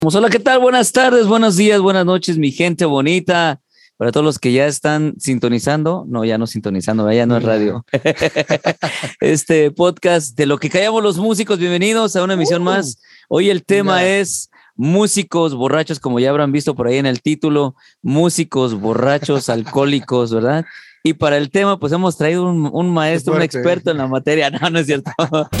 Hola, ¿qué tal? Buenas tardes, buenos días, buenas noches, mi gente bonita. Para todos los que ya están sintonizando, no, ya no sintonizando, ya no es radio. Este podcast de lo que callamos los músicos, bienvenidos a una emisión más. Hoy el tema es músicos borrachos, como ya habrán visto por ahí en el título, músicos borrachos, alcohólicos, ¿verdad? Y para el tema, pues hemos traído un maestro, un experto en la materia. No, no es cierto.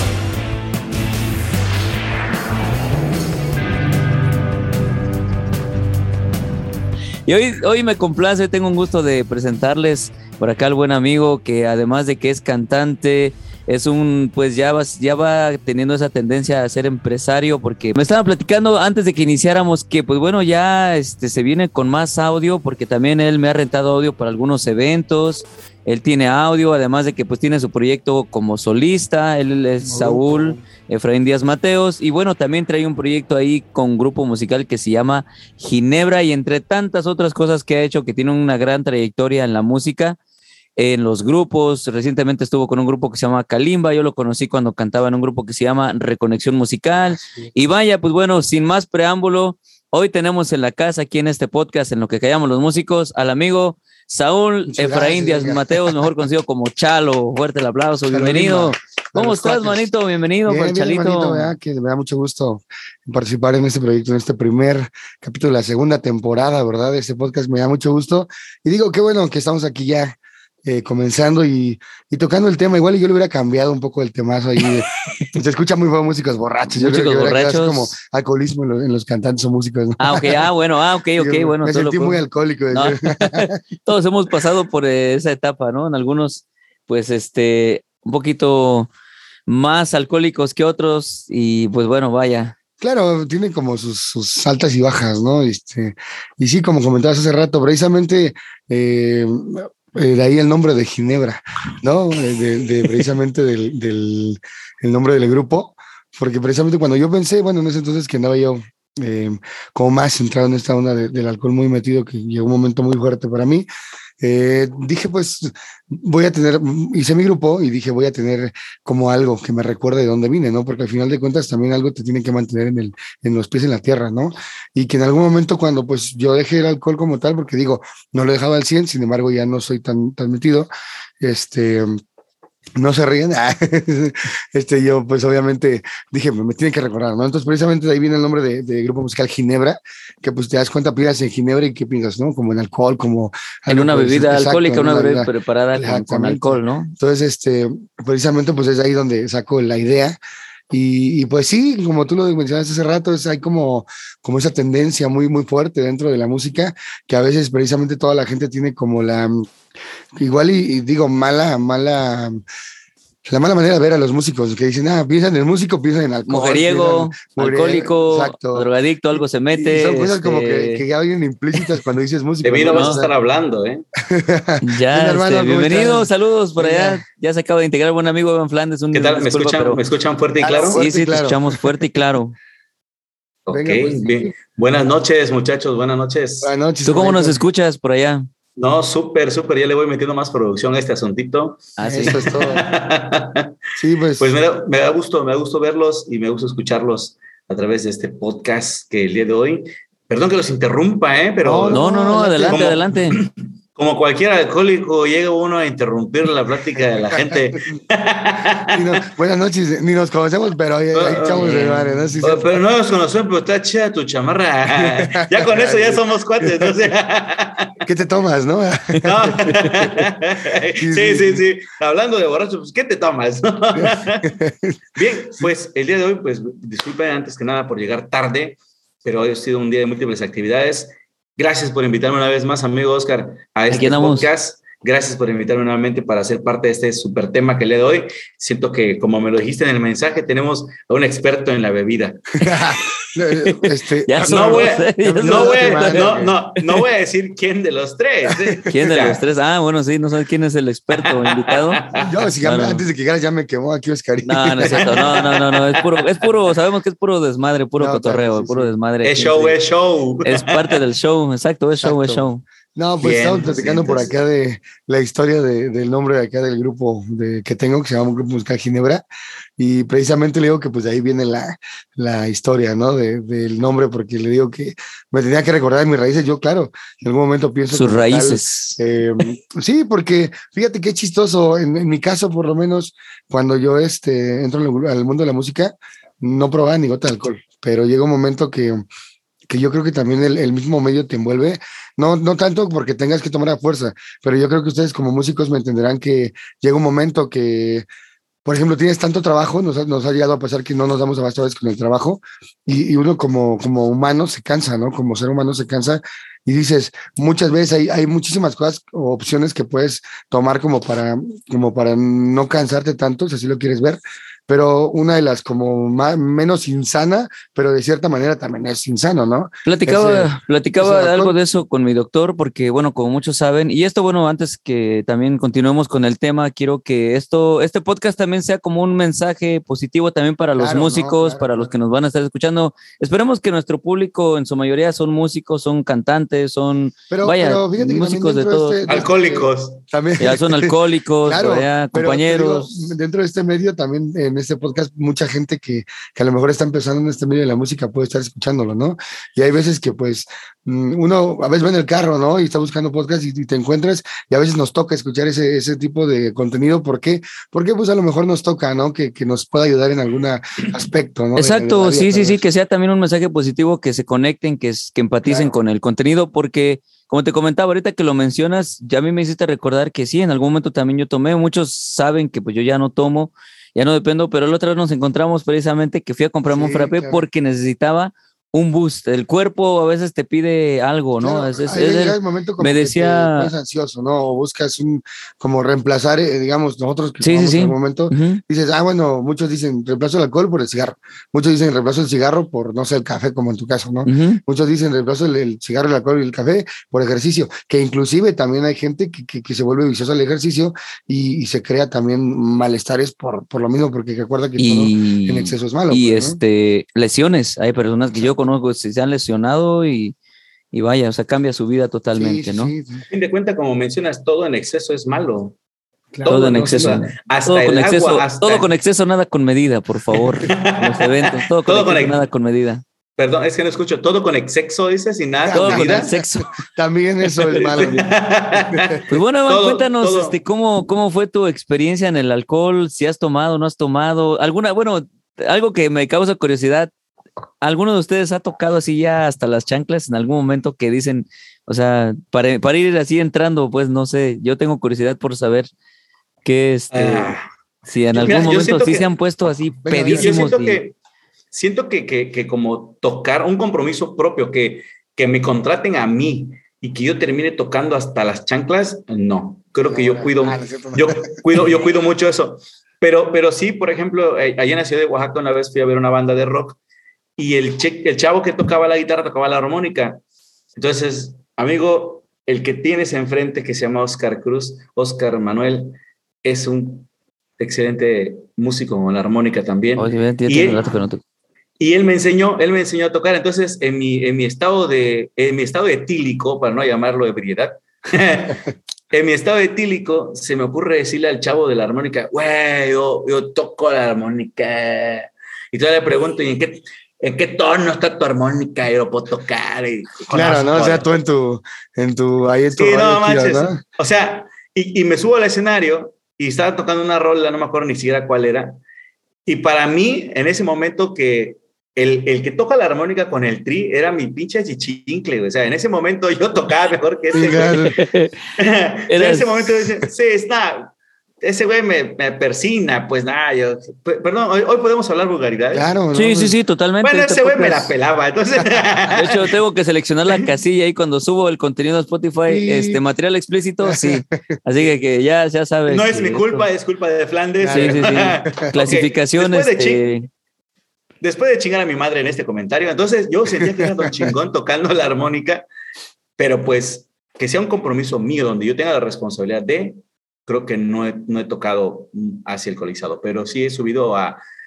Y hoy me complace, tengo un gusto de presentarles por acá al buen amigo que además de que es cantante, es pues ya va teniendo esa tendencia a ser empresario, porque me estaba platicando antes de que iniciáramos que pues bueno, ya se viene con más audio, porque también él me ha rentado audio para algunos eventos. Él tiene audio, además de que pues tiene su proyecto como solista. Él es Saúl Efraín Díaz Mateos, y bueno, también trae un proyecto ahí con un grupo musical que se llama Ginebra, y entre tantas otras cosas que ha hecho, que tiene una gran trayectoria en la música, en los grupos. Recientemente estuvo con un grupo que se llama Kalimba. Yo lo conocí cuando cantaba en un grupo que se llama Reconexión Musical. Y vaya, pues bueno, sin más preámbulo, hoy tenemos en la casa, aquí en este podcast, en lo que callamos los músicos, al amigo Saúl Efraín Díaz Mateos, mejor conocido como Chalo. Fuerte el aplauso, bienvenido. ¿Cómo estás, manito? Bienvenido, bien, Chalito. Manito, ¿verdad? Que me da mucho gusto participar en este proyecto, en este primer capítulo de la segunda temporada, ¿verdad? De este podcast me da mucho gusto. Y digo, qué bueno que estamos aquí ya comenzando y tocando el tema. Igual yo le hubiera cambiado un poco el temazo ahí. Se escucha muy buenos músicos borrachos. Músicos yo creo que borrachos. como alcoholismo en los cantantes o músicos, ¿no? Ok, bueno. Me sentí muy alcohólico. No. Todos hemos pasado por esa etapa, ¿no? En algunos, pues, un poquito más alcohólicos que otros, y pues bueno, vaya. Claro, tiene como sus altas y bajas, ¿no? Y sí, como comentabas hace rato, precisamente de ahí el nombre de Ginebra, ¿no? Precisamente del el nombre del grupo, porque precisamente cuando yo pensé, bueno, en ese entonces que andaba yo como más centrado en esta onda del alcohol muy metido, que llegó un momento muy fuerte para mí, dije pues hice mi grupo y dije voy a tener como algo que me recuerde de dónde vine, ¿no? Porque al final de cuentas también algo te tiene que mantener en los pies en la tierra, ¿no? Y que en algún momento cuando pues yo dejé el alcohol como tal, porque digo, no lo dejaba al 100, sin embargo ya no soy tan metido, no se ríen. Yo pues obviamente dije, me tienen que recordar, ¿no? Entonces precisamente de ahí viene el nombre de grupo musical Ginebra, que pues te das cuenta, piensas en Ginebra y qué piensas, ¿no? Como en alcohol, como... En una pues, bebida exacto, alcohólica, una bebida bebida preparada con alcohol, ¿no? Entonces, precisamente pues es ahí donde saco la idea. Y pues sí, como tú lo mencionaste hace rato, hay como esa tendencia muy, muy fuerte dentro de la música, que a veces precisamente toda la gente tiene como igual y digo, la mala manera de ver a los músicos, que dicen, piensan en el músico, piensan en alcohol. Mujeriego, alcohólico, exacto, drogadicto, algo se mete. Y son cosas como que ya vienen implícitas cuando dices músico. De mí no vas a estar hablando, ¿eh? Ya, hermano, bienvenido, saludos por allá. Ya se acaba de integrar buen amigo Evan Flandes. ¿Qué tal? ¿Me escuchan fuerte y claro? Sí, te escuchamos fuerte y claro. Ok, Venga, pues, bien. Buenas noches, muchachos, buenas noches. Buenas noches. ¿Tú cómo nos escuchas por allá? No, súper, ya le voy metiendo más producción a este asuntito. Sí. Eso es todo. Sí, pues me da gusto verlos y me gusta escucharlos a través de este podcast que el día de hoy, perdón que los interrumpa, pero... No, adelante. Como cualquier alcohólico, llega uno a interrumpir la plática de la gente. Buenas noches, ni nos conocemos, pero ahí echamos de madre, ¿no? Sí, pero no nos conocemos, pero está chida tu chamarra. Ya con eso ya somos cuates, ¿no? ¿Qué te tomas, no? Sí. Hablando de borrachos, pues, ¿qué te tomas? Bien, pues el día de hoy, pues disculpen antes que nada por llegar tarde, pero hoy ha sido un día de múltiples actividades. Gracias por invitarme una vez más, amigo Oscar, a este podcast. Gracias por invitarme nuevamente para ser parte de este súper tema que le doy. Siento que, como me lo dijiste en el mensaje, tenemos a un experto en la bebida. No voy a decir quién de los tres. ¿Quién de los tres? Bueno, sí, no sabes quién es el experto invitado. Antes de que llegaras ya me quemó aquí Oscarito. No es cierto, no, es puro, sabemos que es puro desmadre, puro cotorreo, puro desmadre. Es show. Es parte del show, exacto, es show. No, pues Bien, estamos platicando por entonces, acá de la historia del nombre de acá del grupo que tengo, que se llama Grupo Musical Ginebra, y precisamente le digo que pues de ahí viene la historia, ¿no? Del nombre, porque le digo que me tenía que recordar mis raíces. Yo, claro, en algún momento pienso Sus como tal, raíces. sí, porque fíjate qué chistoso, en mi caso por lo menos, cuando yo entro al mundo de la música, no probaba ni gota de alcohol, pero llega un momento que yo creo que también el mismo medio te envuelve, no tanto porque tengas que tomar a fuerza, pero yo creo que ustedes como músicos me entenderán que llega un momento que, por ejemplo, tienes tanto trabajo, nos ha llegado a pasar que no nos damos abasto a veces con el trabajo y uno como humano se cansa, ¿no? Como ser humano se cansa y dices, muchas veces hay muchísimas cosas o opciones que puedes tomar como para no cansarte tanto, si así lo quieres ver, pero una de las como menos insana, pero de cierta manera también es insano, ¿no? Es el Platicaba algo alcohol. de eso con mi doctor, porque bueno, como muchos saben, y esto, bueno, antes que también continuemos con el tema, quiero que este podcast también sea como un mensaje positivo también para los Claro, no, músicos, claro, para los claro. que nos van a estar escuchando. Esperemos que nuestro público en su mayoría son músicos, son cantantes, vaya, Pero fíjate que también músicos de dentro de todo, alcohólicos. también, ya son alcohólicos, claro, vaya, pero te digo, compañeros. dentro de este medio también, en este podcast, mucha gente que a lo mejor está empezando en este medio de la música puede estar escuchándolo, ¿no? Y hay veces que pues uno a veces va en el carro, ¿no? Y está buscando podcast y te encuentras y a veces nos toca escuchar ese tipo de contenido. ¿Por qué? Porque pues a lo mejor nos toca, ¿no? Que nos pueda ayudar en algún aspecto, ¿no? De la Exacto, vida sí, tal sí, sí, vez. que sea también un mensaje positivo, que se conecten, que empaticen Claro. con el contenido, porque como te comentaba ahorita que lo mencionas, ya a mí me hiciste recordar que sí, en algún momento también yo tomé, muchos saben que pues yo ya no tomo, ya no dependo, pero la otra vez nos encontramos precisamente que fui a comprarme un Sí, frappé claro. porque necesitaba un boost. El cuerpo a veces te pide algo, ¿no? Claro, ahí llega el momento Me como que te decía, pones ansioso, ¿no? O buscas como reemplazar, digamos, nosotros que sí, sí, tomamos en sí, algún momento, ujú, dices, bueno, muchos dicen reemplazo el alcohol por el cigarro, muchos dicen reemplazo el cigarro por, no sé, el café, como en tu caso, ¿no? ujú. Muchos dicen reemplazo el cigarro, el alcohol y el café por ejercicio, que inclusive también hay gente que se vuelve viciosa al ejercicio y se crea también malestares por lo mismo, porque recuerda que todo en y, exceso es malo, y pues, ¿no? lesiones. Hay personas que yo Exacto. conozco que se han lesionado y vaya, o sea, cambia su vida Sí, totalmente, sí, ¿no? sí, sí. A fin de cuentas, como mencionas, todo en exceso es malo. Todo Todo Claro, en en no, sin exceso, exceso, duda. hasta el agua, todo con hasta... exceso, nada con medida, por favor. En los eventos, todo con todo con... exceso, nada con medida. Perdón, es que no escucho. Todo con exceso, dices, y nada con Todo con el medida. sexo. También eso es malo. Pues bueno, Evan, Todo, cuéntanos, todo. cómo fue tu experiencia en el alcohol, si has tomado o no has tomado, bueno, algo que me causa curiosidad, ¿alguno de ustedes ha tocado así ya hasta las chanclas en algún momento que dicen, o sea, para ir así entrando, pues no sé, yo tengo curiosidad por saber que Ah, si en algún mira, yo momento siento sí se que, han puesto así Venga, venga. yo pedísimos y siento que como tocar un compromiso propio, que me contraten a mí y que yo termine tocando hasta las chanclas, no. Creo que No, no es cierto, no. yo cuido mucho eso. Pero sí, por ejemplo, allá en la ciudad de Oaxaca una vez fui a ver una banda de rock y el chavo que tocaba la guitarra tocaba la armónica. Entonces, amigo, el que tienes enfrente que se llama Oscar Cruz, Oscar Manuel, es un excelente músico con la armónica también. oye, ya Y tiene él, rato que no te... y él me enseñó a tocar. Entonces, en mi estado etílico, para no llamarlo ebriedad, en mi estado etílico se me ocurre decirle al chavo de la armónica, güey, yo toco la armónica. Y todavía le pregunto, ¿y en qué tono está tu armónica? Y lo puedo tocar. Y Claro, ¿no? O sea, conozco. tú ahí en tu Sí, rollo no chido, manches. ¿no? O sea, y me subo al escenario y estaba tocando una rola, no me acuerdo ni siquiera cuál era. Y para mí, en ese momento que el que toca la armónica con el tri era mi pinche chichincle, güey. O sea, en ese momento yo tocaba mejor que Sí, ese güey. claro. O sea, en ese momento dice, sí, está, ese güey me persina, pues nada, perdón, hoy podemos hablar vulgaridades. Claro, ¿no? Sí, sí, Pues, sí, totalmente. Bueno, Este ese güey me la podcast. pelaba, entonces. De hecho, tengo que seleccionar la casilla ahí cuando subo el contenido a Spotify, sí. material explícito, sí. Así que ya No sabes es mi que esto. culpa, es culpa de Flandes. Claro. Sí, sí, sí. Ok, Clasificación, después de chingar a mi madre en este comentario, entonces yo sentía que era don chingón tocando la armónica, pero pues que sea un compromiso mío donde yo tenga la responsabilidad de, creo que no he tocado hacia el alcoholizado, pero sí he subido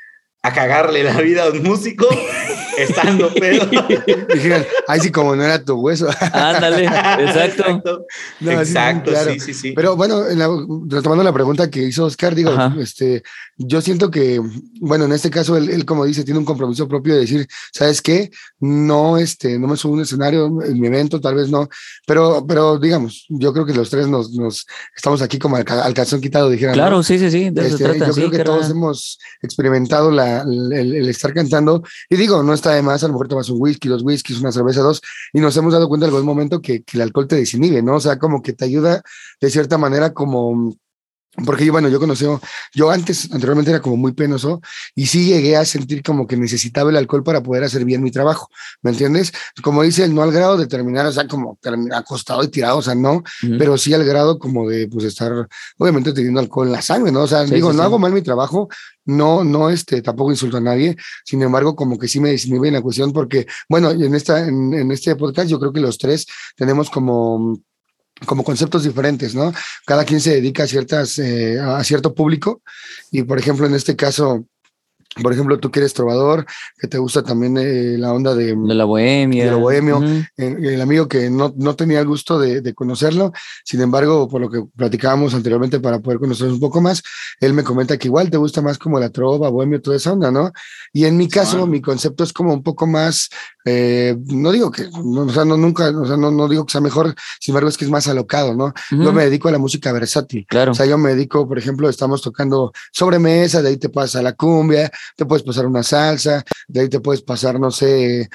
a cagarle la vida a un músico estando pedo. Dijeron, ay, sí, como no era tu hueso. Ándale, exacto. Exacto, No, exacto, claro. sí. Pero bueno, retomando la pregunta que hizo Oscar, digo, Ajá. yo siento que, bueno, en este caso, él, como dice, tiene un compromiso propio de decir, ¿sabes qué? No, no me subo a un escenario en mi evento, tal vez no, pero digamos, yo creo que los tres nos estamos aquí como al calzón quitado, dijeran, Claro, ¿no? sí, de eso se trata, Yo sí, creo que todos hemos experimentado el estar cantando, y digo, no está de más, a lo mejor tomas un whisky, 2 whiskies, una cerveza, 2, y nos hemos dado cuenta en algún momento que el alcohol te desinhibe, ¿no? O sea, como que te ayuda de cierta manera como porque yo anteriormente era como muy penoso y sí llegué a sentir como que necesitaba el alcohol para poder hacer bien mi trabajo, ¿me entiendes? Como dice él, no al grado de terminar, o sea, como terminar acostado y tirado, o sea, no, pero sí al grado como de, pues, estar, obviamente, teniendo alcohol en la sangre, ¿no? O sea, sí, digo, sí, no sí. hago mal mi trabajo, no, tampoco insulto a nadie, sin embargo, como que sí me desinhibe en la cuestión porque, bueno, en este podcast yo creo que los tres tenemos como conceptos diferentes, ¿no? Cada quien se dedica a cierto público y, por ejemplo, en este caso, por ejemplo, tú que eres trovador, que te gusta también la onda de De la lo bohemia. bohemio, el amigo que no tenía el gusto de conocerlo, sin embargo, por lo que platicábamos anteriormente para poder conocernos un poco más, él me comenta que igual te gusta más como la trova, bohemio, toda esa onda, ¿no? Y en mi caso, mi concepto es como un poco más, no digo que, no, o sea, no, nunca, o sea, no digo que sea mejor, sin embargo, es que es más alocado, ¿no? Yo me dedico a la música versátil, Claro. o sea, yo me dedico, por ejemplo, estamos tocando sobremesa, de ahí te pasas a la cumbia, te puedes pasar una salsa, de ahí te puedes pasar, no sé,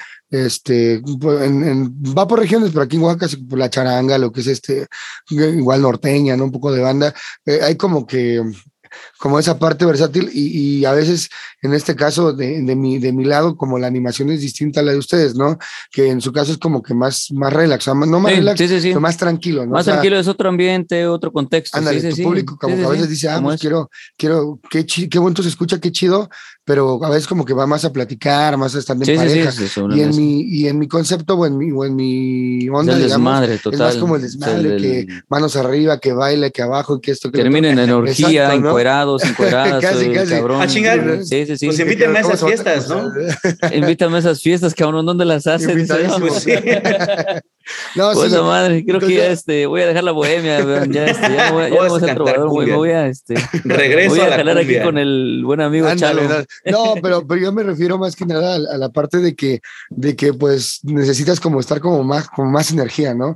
va por regiones, pero aquí en Oaxaca, por la charanga, lo que es igual norteña, ¿no? Un poco de banda, hay como esa parte versátil y a veces, en este caso, de mi lado, como la animación es distinta a la de ustedes, ¿no? Que en su caso es como que más relax, o sea, no más relax, Sí. pero más tranquilo, ¿no? Más O sea, tranquilo, es otro ambiente, otro contexto. ándale, tu público como que a veces dice, pues qué bonito se escucha, qué chido, pero a veces como que va más a platicar, más a estar en pareja. Y en mi concepto o en mi es onda, el digamos, desmadre es más total. como el desmadre, que manos arriba, que baile, que abajo, y que esto, que lo otro. Terminen en orgía, Exacto, ¿no? encuerados, encueradas, Casi, el casi. A cabrón. chingar. Sí. Pues Que invíteme a ¿cómo esas se va? fiestas, ¿no? Invítame a esas fiestas, cabrón, ¿dónde las haces? Dice, no, Pues sí. No, pues sí. madre, creo que Entonces, ya voy a dejar la bohemia, vean, ya no voy Vamos a a ser cantar trovador, cumbia. me voy a me Regreso voy a a la jalar aquí cumbia. con el buen amigo ándale, Chalo. no, pero yo me refiero más que nada a la parte de que pues necesitas como estar como más energía, ¿no?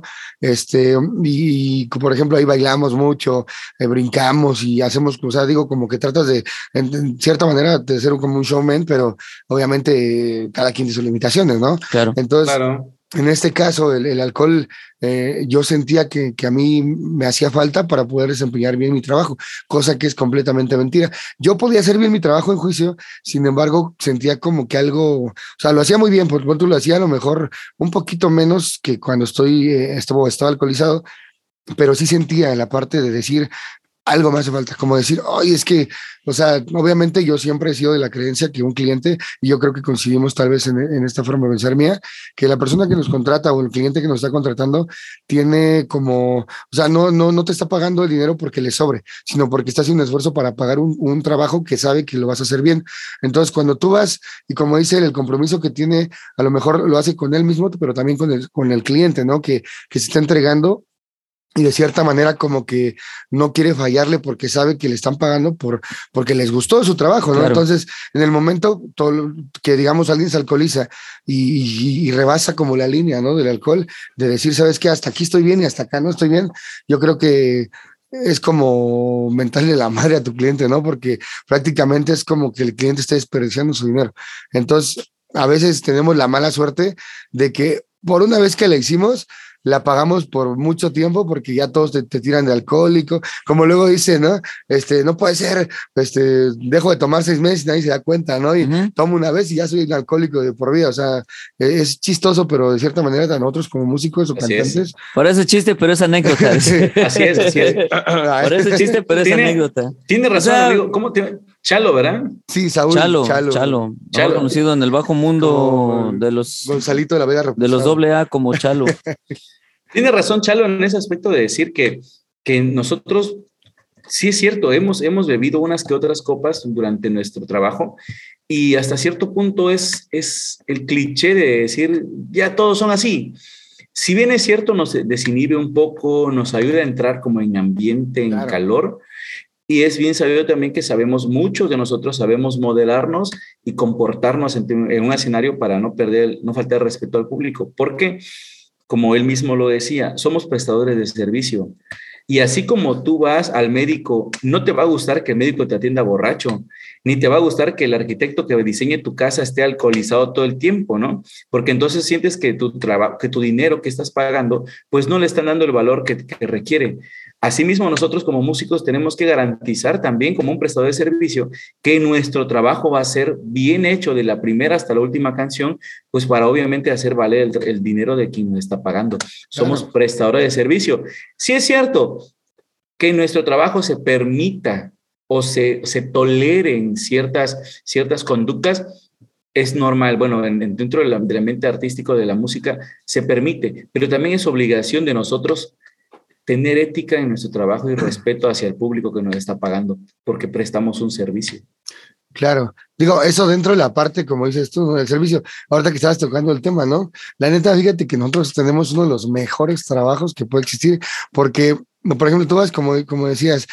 Y por ejemplo ahí bailamos mucho, brincamos y hacemos, o sea, digo como que tratas en cierta manera de ser como un showman, pero obviamente cada quien tiene sus limitaciones, ¿no? Claro. Entonces, Claro. en este caso, el alcohol, yo sentía que a mí me hacía falta para poder desempeñar bien mi trabajo, cosa que es completamente mentira. Yo podía hacer bien mi trabajo en juicio, sin embargo, sentía como que algo, o sea, lo hacía muy bien, por cuanto lo hacía a lo mejor un poquito menos que cuando estaba alcoholizado, pero sí sentía en la parte de decir, algo me hace falta, como decir, oye, es que, o sea, obviamente yo siempre he sido de la creencia que un cliente, y yo creo que coincidimos tal vez en esta forma de pensar mía, que la persona que nos contrata o el cliente que nos está contratando tiene como, o sea, no te está pagando el dinero porque le sobre, sino porque está haciendo un esfuerzo para pagar un trabajo que sabe que lo vas a hacer bien. Entonces, cuando tú vas, y como dice él, el compromiso que tiene, a lo mejor lo hace con él mismo, pero también con el cliente, ¿no? Que se está entregando y de cierta manera como que no quiere fallarle porque sabe que le están pagando porque les gustó su trabajo, ¿no? Claro. Entonces, en el momento que, digamos, alguien se alcoholiza y rebasa como la línea, ¿no? Del alcohol, de decir, ¿sabes qué? Hasta aquí estoy bien y hasta acá no estoy bien, yo creo que es como mentarle la madre a tu cliente, ¿no? Porque prácticamente es como que el cliente está desperdiciando su dinero. Entonces, a veces tenemos la mala suerte de que por una vez que la hicimos, la pagamos por mucho tiempo porque ya todos te tiran de alcohólico, como luego dice, ¿no? No puede ser, dejo de tomar 6 meses y nadie se da cuenta, ¿no? Y tomo una vez y ya soy un alcohólico de por vida, o sea, es chistoso, pero de cierta manera a nosotros como músicos o cantantes. Parece chiste, pero es anécdota. Así es. Parece chiste, pero es anécdota. Tiene razón, amigo. ¿Cómo te Chalo, ¿verdad? Sí, Saúl. Chalo. Mejor conocido en el bajo mundo de los Gonzalito de la Vega Reposado. De los AA como Chalo. Tiene razón, Chalo, en ese aspecto de decir que nosotros, sí es cierto, hemos bebido unas que otras copas durante nuestro trabajo y hasta cierto punto es el cliché de decir, ya todos son así. Si bien es cierto, nos desinhibe un poco, nos ayuda a entrar como en ambiente, en Claro. calor, y es bien sabido también que sabemos, muchos de nosotros sabemos modelarnos y comportarnos en un escenario para no faltar respeto al público, porque, como él mismo lo decía, somos prestadores de servicio. Y así como tú vas al médico, no te va a gustar que el médico te atienda borracho, ni te va a gustar que el arquitecto que diseñe tu casa esté alcoholizado todo el tiempo, ¿no? Porque entonces sientes que tu dinero que estás pagando, pues no le están dando el valor que requiere. Asimismo, nosotros como músicos tenemos que garantizar también, como un prestador de servicio, que nuestro trabajo va a ser bien hecho de la primera hasta la última canción, pues para obviamente hacer valer el dinero de quien nos está pagando. Somos prestadores de servicio. Sí es cierto que en nuestro trabajo se permita o se toleren ciertas conductas, es normal. Bueno, dentro del ambiente artístico de la música se permite, pero también es obligación de nosotros tener ética en nuestro trabajo y respeto hacia el público que nos está pagando, porque prestamos un servicio. Claro, digo, eso dentro de la parte, como dices tú, ¿no? Del servicio. Ahorita que estabas tocando el tema, ¿no? La neta, fíjate que nosotros tenemos uno de los mejores trabajos que puede existir, porque, por ejemplo, tú vas, como decías,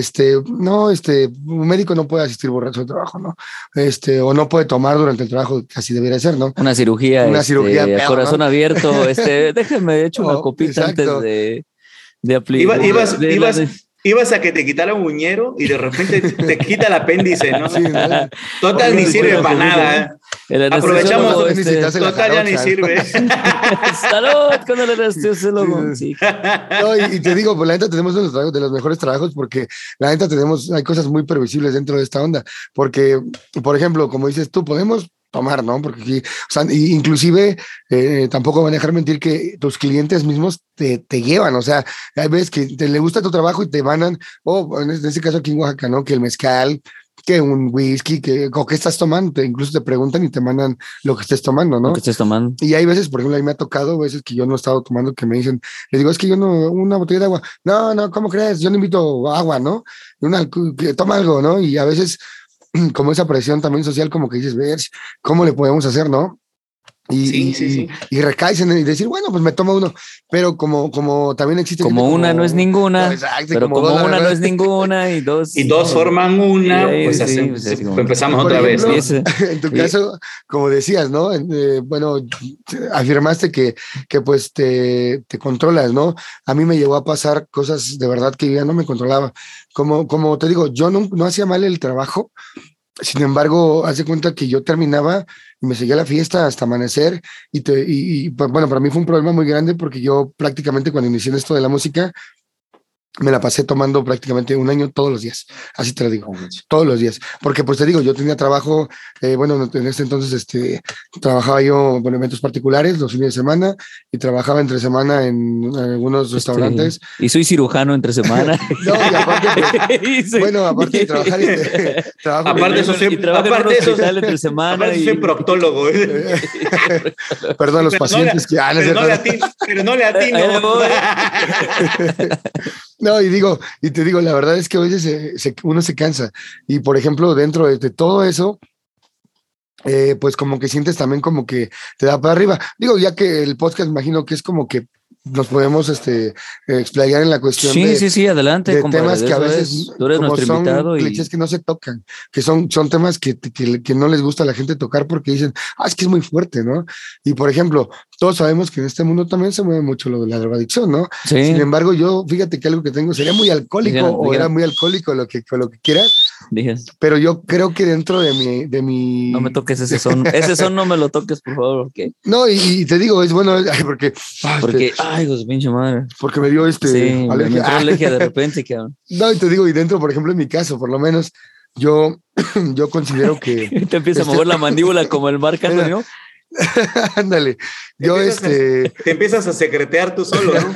un médico no puede asistir borracho al trabajo, ¿no? O no puede tomar durante el trabajo, casi debería ser, ¿no? Una cirugía, peor, corazón, ¿no? Abierto, déjenme echar una copita exacto. antes de aplicar. Ibas a que te quitara un uñero y de repente te quita el apéndice, ¿no? Sí, ¿no? Total, ni sirve para nada. Aprovechamos, total, ya ni sirve. Salud con el anestesiólogo. Sí. No, y te digo, pues la neta tenemos uno de los mejores trabajos porque la neta hay cosas muy previsibles dentro de esta onda. Porque, por ejemplo, como dices tú, podemos tomar, ¿no? Porque aquí, o sea, inclusive tampoco van a dejar mentir que tus clientes mismos te llevan, o sea, hay veces que le gusta tu trabajo y te van en este caso aquí en Oaxaca, ¿no? Que el mezcal, que un whisky, o qué estás tomando, incluso te preguntan y te mandan lo que estés tomando, ¿no? Lo que estés tomando. Y hay veces, por ejemplo, a mí me ha tocado veces que yo no he estado tomando, que me dicen, les digo, es que yo no, una botella de agua, no, ¿cómo crees? Yo no invito agua, ¿no? Que toma algo, ¿no? Y a veces como esa presión también social, como que dices, ver, ¿cómo le podemos hacer, no? Y recaes en y decir, bueno, pues me tomo uno, pero como también existe... Como una no es ninguna, no, exacto, pero como dos, una no es ninguna y dos... Y dos forman una, pues empezamos otra ejemplo, vez, ¿no? En tu caso, como decías, ¿no? Bueno, afirmaste que pues te controlas, ¿no? A mí me llegó a pasar cosas de verdad que yo ya no me controlaba. Como te digo, yo no hacía mal el trabajo. Sin embargo, haz de cuenta que yo terminaba y me seguía la fiesta hasta amanecer bueno, para mí fue un problema muy grande porque yo prácticamente cuando inicié en esto de la música me la pasé tomando prácticamente un año todos los días, así te lo digo, todos los días, porque pues te digo, yo tenía trabajo, bueno, en este entonces trabajaba yo en eventos particulares los fines de semana y trabajaba entre semana en algunos restaurantes. Y soy cirujano entre semana. No, y aparte, bueno, aparte de trabajar, trabajo aparte eso entre semana. Aparte soy proctólogo. Perdón, los pacientes que... Pero no le atino. No, y te digo, la verdad es que a veces uno se cansa. Y por ejemplo, dentro de todo eso, pues como que sientes también como que te da para arriba. Digo, ya que el podcast imagino que es como que nos podemos explayar en la cuestión sí, adelante, de temas que a veces tú eres como nuestro son invitado clichés que no se tocan, que son temas que no les gusta a la gente tocar porque dicen, es que es muy fuerte, ¿no? Y por ejemplo, todos sabemos que en este mundo también se mueve mucho lo de la drogadicción, ¿no? Sí. Sin embargo, yo, fíjate que algo que tengo, sería muy alcohólico o era muy alcohólico, lo que quieras. Dije. Pero yo creo que dentro de mi... No me toques ese son. Ese son no me lo toques, por favor, ¿ok? No, y te digo, es bueno, porque... Ay, Dios, pinche madre. Porque me dio alergia. Me entró alergia de repente, cabrón. No, y te digo, y dentro, por ejemplo, en mi caso, por lo menos, yo considero que... Te empieza a mover la mandíbula como el Marc Anthony. Ándale, te empiezas a secretear tú solo, ¿no?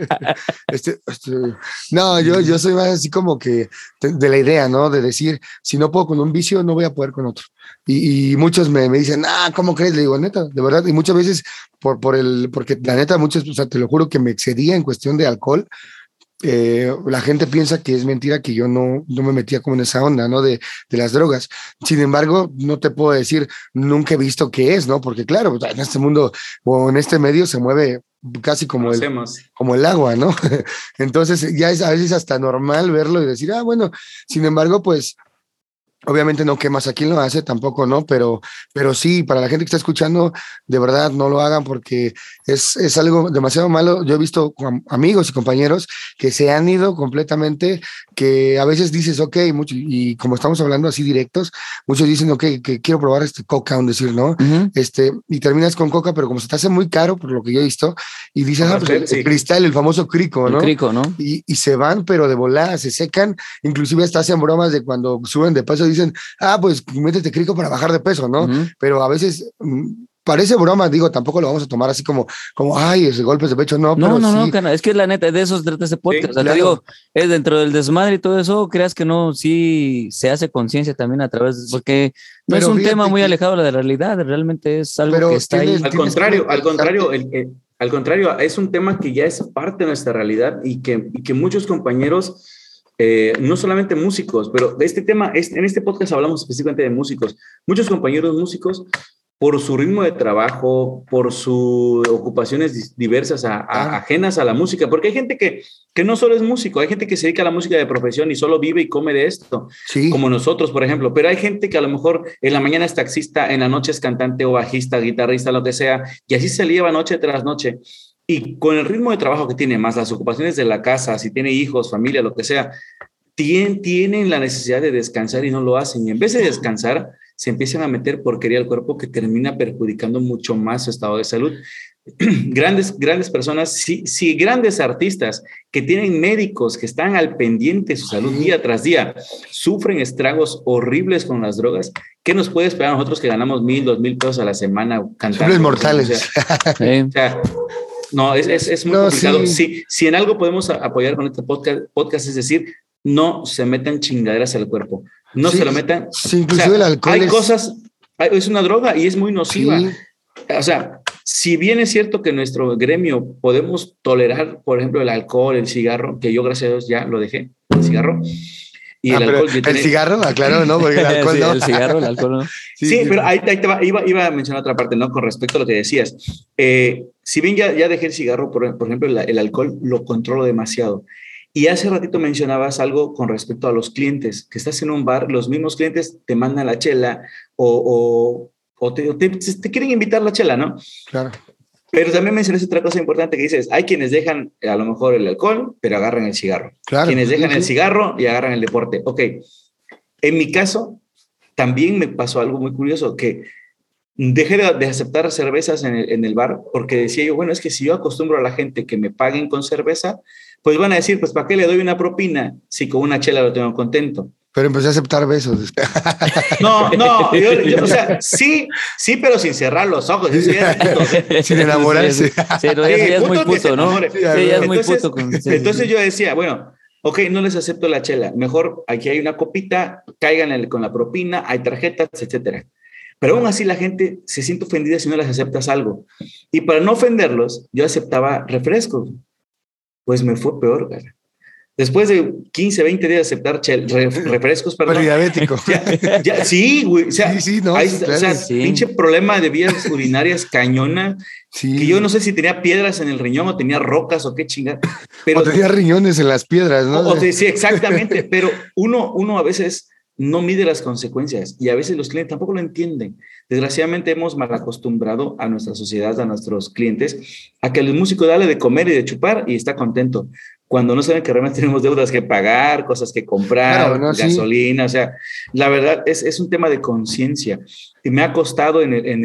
No, yo soy más así como que de la idea, ¿no? De decir, si no puedo con un vicio, no voy a poder con otro. Y muchos me dicen, ¿cómo crees? Le digo, neta, de verdad, y muchas veces porque la neta, muchos, o sea, te lo juro que me excedía en cuestión de alcohol, la gente piensa que es mentira, que yo no me metía como en esa onda, ¿no? De las drogas. Sin embargo, no te puedo decir, nunca he visto qué es, ¿no? Porque claro, en este mundo o en este medio se mueve casi como el agua, ¿no? Entonces ya es a veces hasta normal verlo y decir, bueno, sin embargo, pues obviamente no quemas a quien lo hace, tampoco, ¿no? Pero sí, para la gente que está escuchando, de verdad no lo hagan porque es algo demasiado malo. Yo he visto amigos y compañeros que se han ido completamente, que a veces dices, ok, mucho, y como estamos hablando así directos, muchos dicen, ok, que quiero probar coca, un decir, ¿no? Uh-huh. Y terminas con coca, pero como se te hace muy caro, por lo que yo he visto, y dices, pues el cristal, el famoso crico, ¿no? El crico, ¿no? Y se van, pero de volada, se secan, inclusive hasta hacen bromas de cuando suben de peso, dicen, pues métete crico para bajar de peso, ¿no? Uh-huh. Pero a veces parece broma, digo, tampoco lo vamos a tomar así como ay, ese golpes de pecho, no, pero sí. No, es que la neta, de eso se trata ese podcast. Sí, o sea, claro. te digo, es dentro del desmadre y todo eso, creas que no, sí se hace conciencia también a través, porque no pero es un tema muy alejado de la realidad, realmente es algo que está ahí. Al contrario, es un tema que ya es parte de nuestra realidad y que muchos compañeros, no solamente músicos, pero de este tema, en este podcast hablamos específicamente de músicos. Muchos compañeros músicos, por su ritmo de trabajo, por sus ocupaciones diversas ajenas a la música, porque hay gente que no solo es músico, hay gente que se dedica a la música de profesión y solo vive y come de esto, sí, como nosotros, por ejemplo, pero hay gente que a lo mejor en la mañana es taxista, en la noche es cantante o bajista, guitarrista, lo que sea, y así se le lleva noche tras noche. Y con el ritmo de trabajo que tiene, más las ocupaciones de la casa, si tiene hijos, familia, lo que sea, tienen la necesidad de descansar y no lo hacen. Y en vez de descansar, se empiezan a meter porquería al cuerpo que termina perjudicando mucho más su estado de salud. Grandes personas, sí, grandes artistas que tienen médicos que están al pendiente de su salud día tras día, sufren estragos horribles con las drogas. ¿Qué nos puede esperar a nosotros que ganamos 1,000, 2,000 pesos a la semana cantando? Simples mortales. O sea, no, es muy complicado. Sí. Si en algo podemos apoyar con este podcast, es decir, no se metan chingaderas al cuerpo. No se lo metan. Sí, inclusive el alcohol hay cosas, es una droga y es muy nociva. Sí. O sea, si bien es cierto que en nuestro gremio podemos tolerar, por ejemplo, el alcohol, el cigarro, que yo gracias a Dios ya lo dejé, el cigarro. Y el alcohol. ¿El cigarro? Aclaro, ¿no? Porque el alcohol sí, no. El cigarro, el alcohol no. Sí, pero ahí te va, iba a mencionar otra parte, ¿no? Con respecto a lo que decías. Si bien ya dejé el cigarro, por ejemplo, el alcohol lo controlo demasiado. Y hace ratito mencionabas algo con respecto a los clientes, que estás en un bar, los mismos clientes te mandan la chela o te quieren invitar la chela, ¿no? Claro. Pero también mencionaste otra cosa importante que dices, hay quienes dejan a lo mejor el alcohol, pero agarran el cigarro. Claro. Quienes dejan el cigarro y agarran el deporte. Ok, en mi caso también me pasó algo muy curioso, que dejé de aceptar cervezas en el bar porque decía yo, bueno, es que si yo acostumbro a la gente que me paguen con cerveza, pues van a decir, pues ¿para qué le doy una propina si con una chela lo tengo contento? Pero empecé a aceptar besos. No, yo, o sea, sí, pero sin cerrar los ojos. Sin enamorarse. Sí, no, eso ya es muy puto, ¿no? Sí, ya es muy puto. Entonces yo decía, bueno, ok, no les acepto la chela. Mejor aquí hay una copita, caigan con la propina, hay tarjetas, etcétera. Pero aún así la gente se siente ofendida si no les aceptas algo. Y para no ofenderlos, yo aceptaba refrescos. Pues me fue peor, cara. Después de 15, 20 días de aceptar refrescos, perdón. Pero diabético. Sí, güey. O sea, no, claro, pinche problema de vías urinarias cañona. Sí. Que yo no sé si tenía piedras en el riñón o tenía rocas o qué chingada. O tenía riñones en las piedras, ¿no? Sí, exactamente. Pero uno a veces no mide las consecuencias y a veces los clientes tampoco lo entienden. Desgraciadamente hemos mal acostumbrado a nuestra sociedad, a nuestros clientes, a que el músico dale de comer y de chupar y está contento, cuando no saben que realmente tenemos deudas que pagar, cosas que comprar, claro, ¿no? Gasolina, o sea, la verdad es un tema de conciencia. Y me ha costado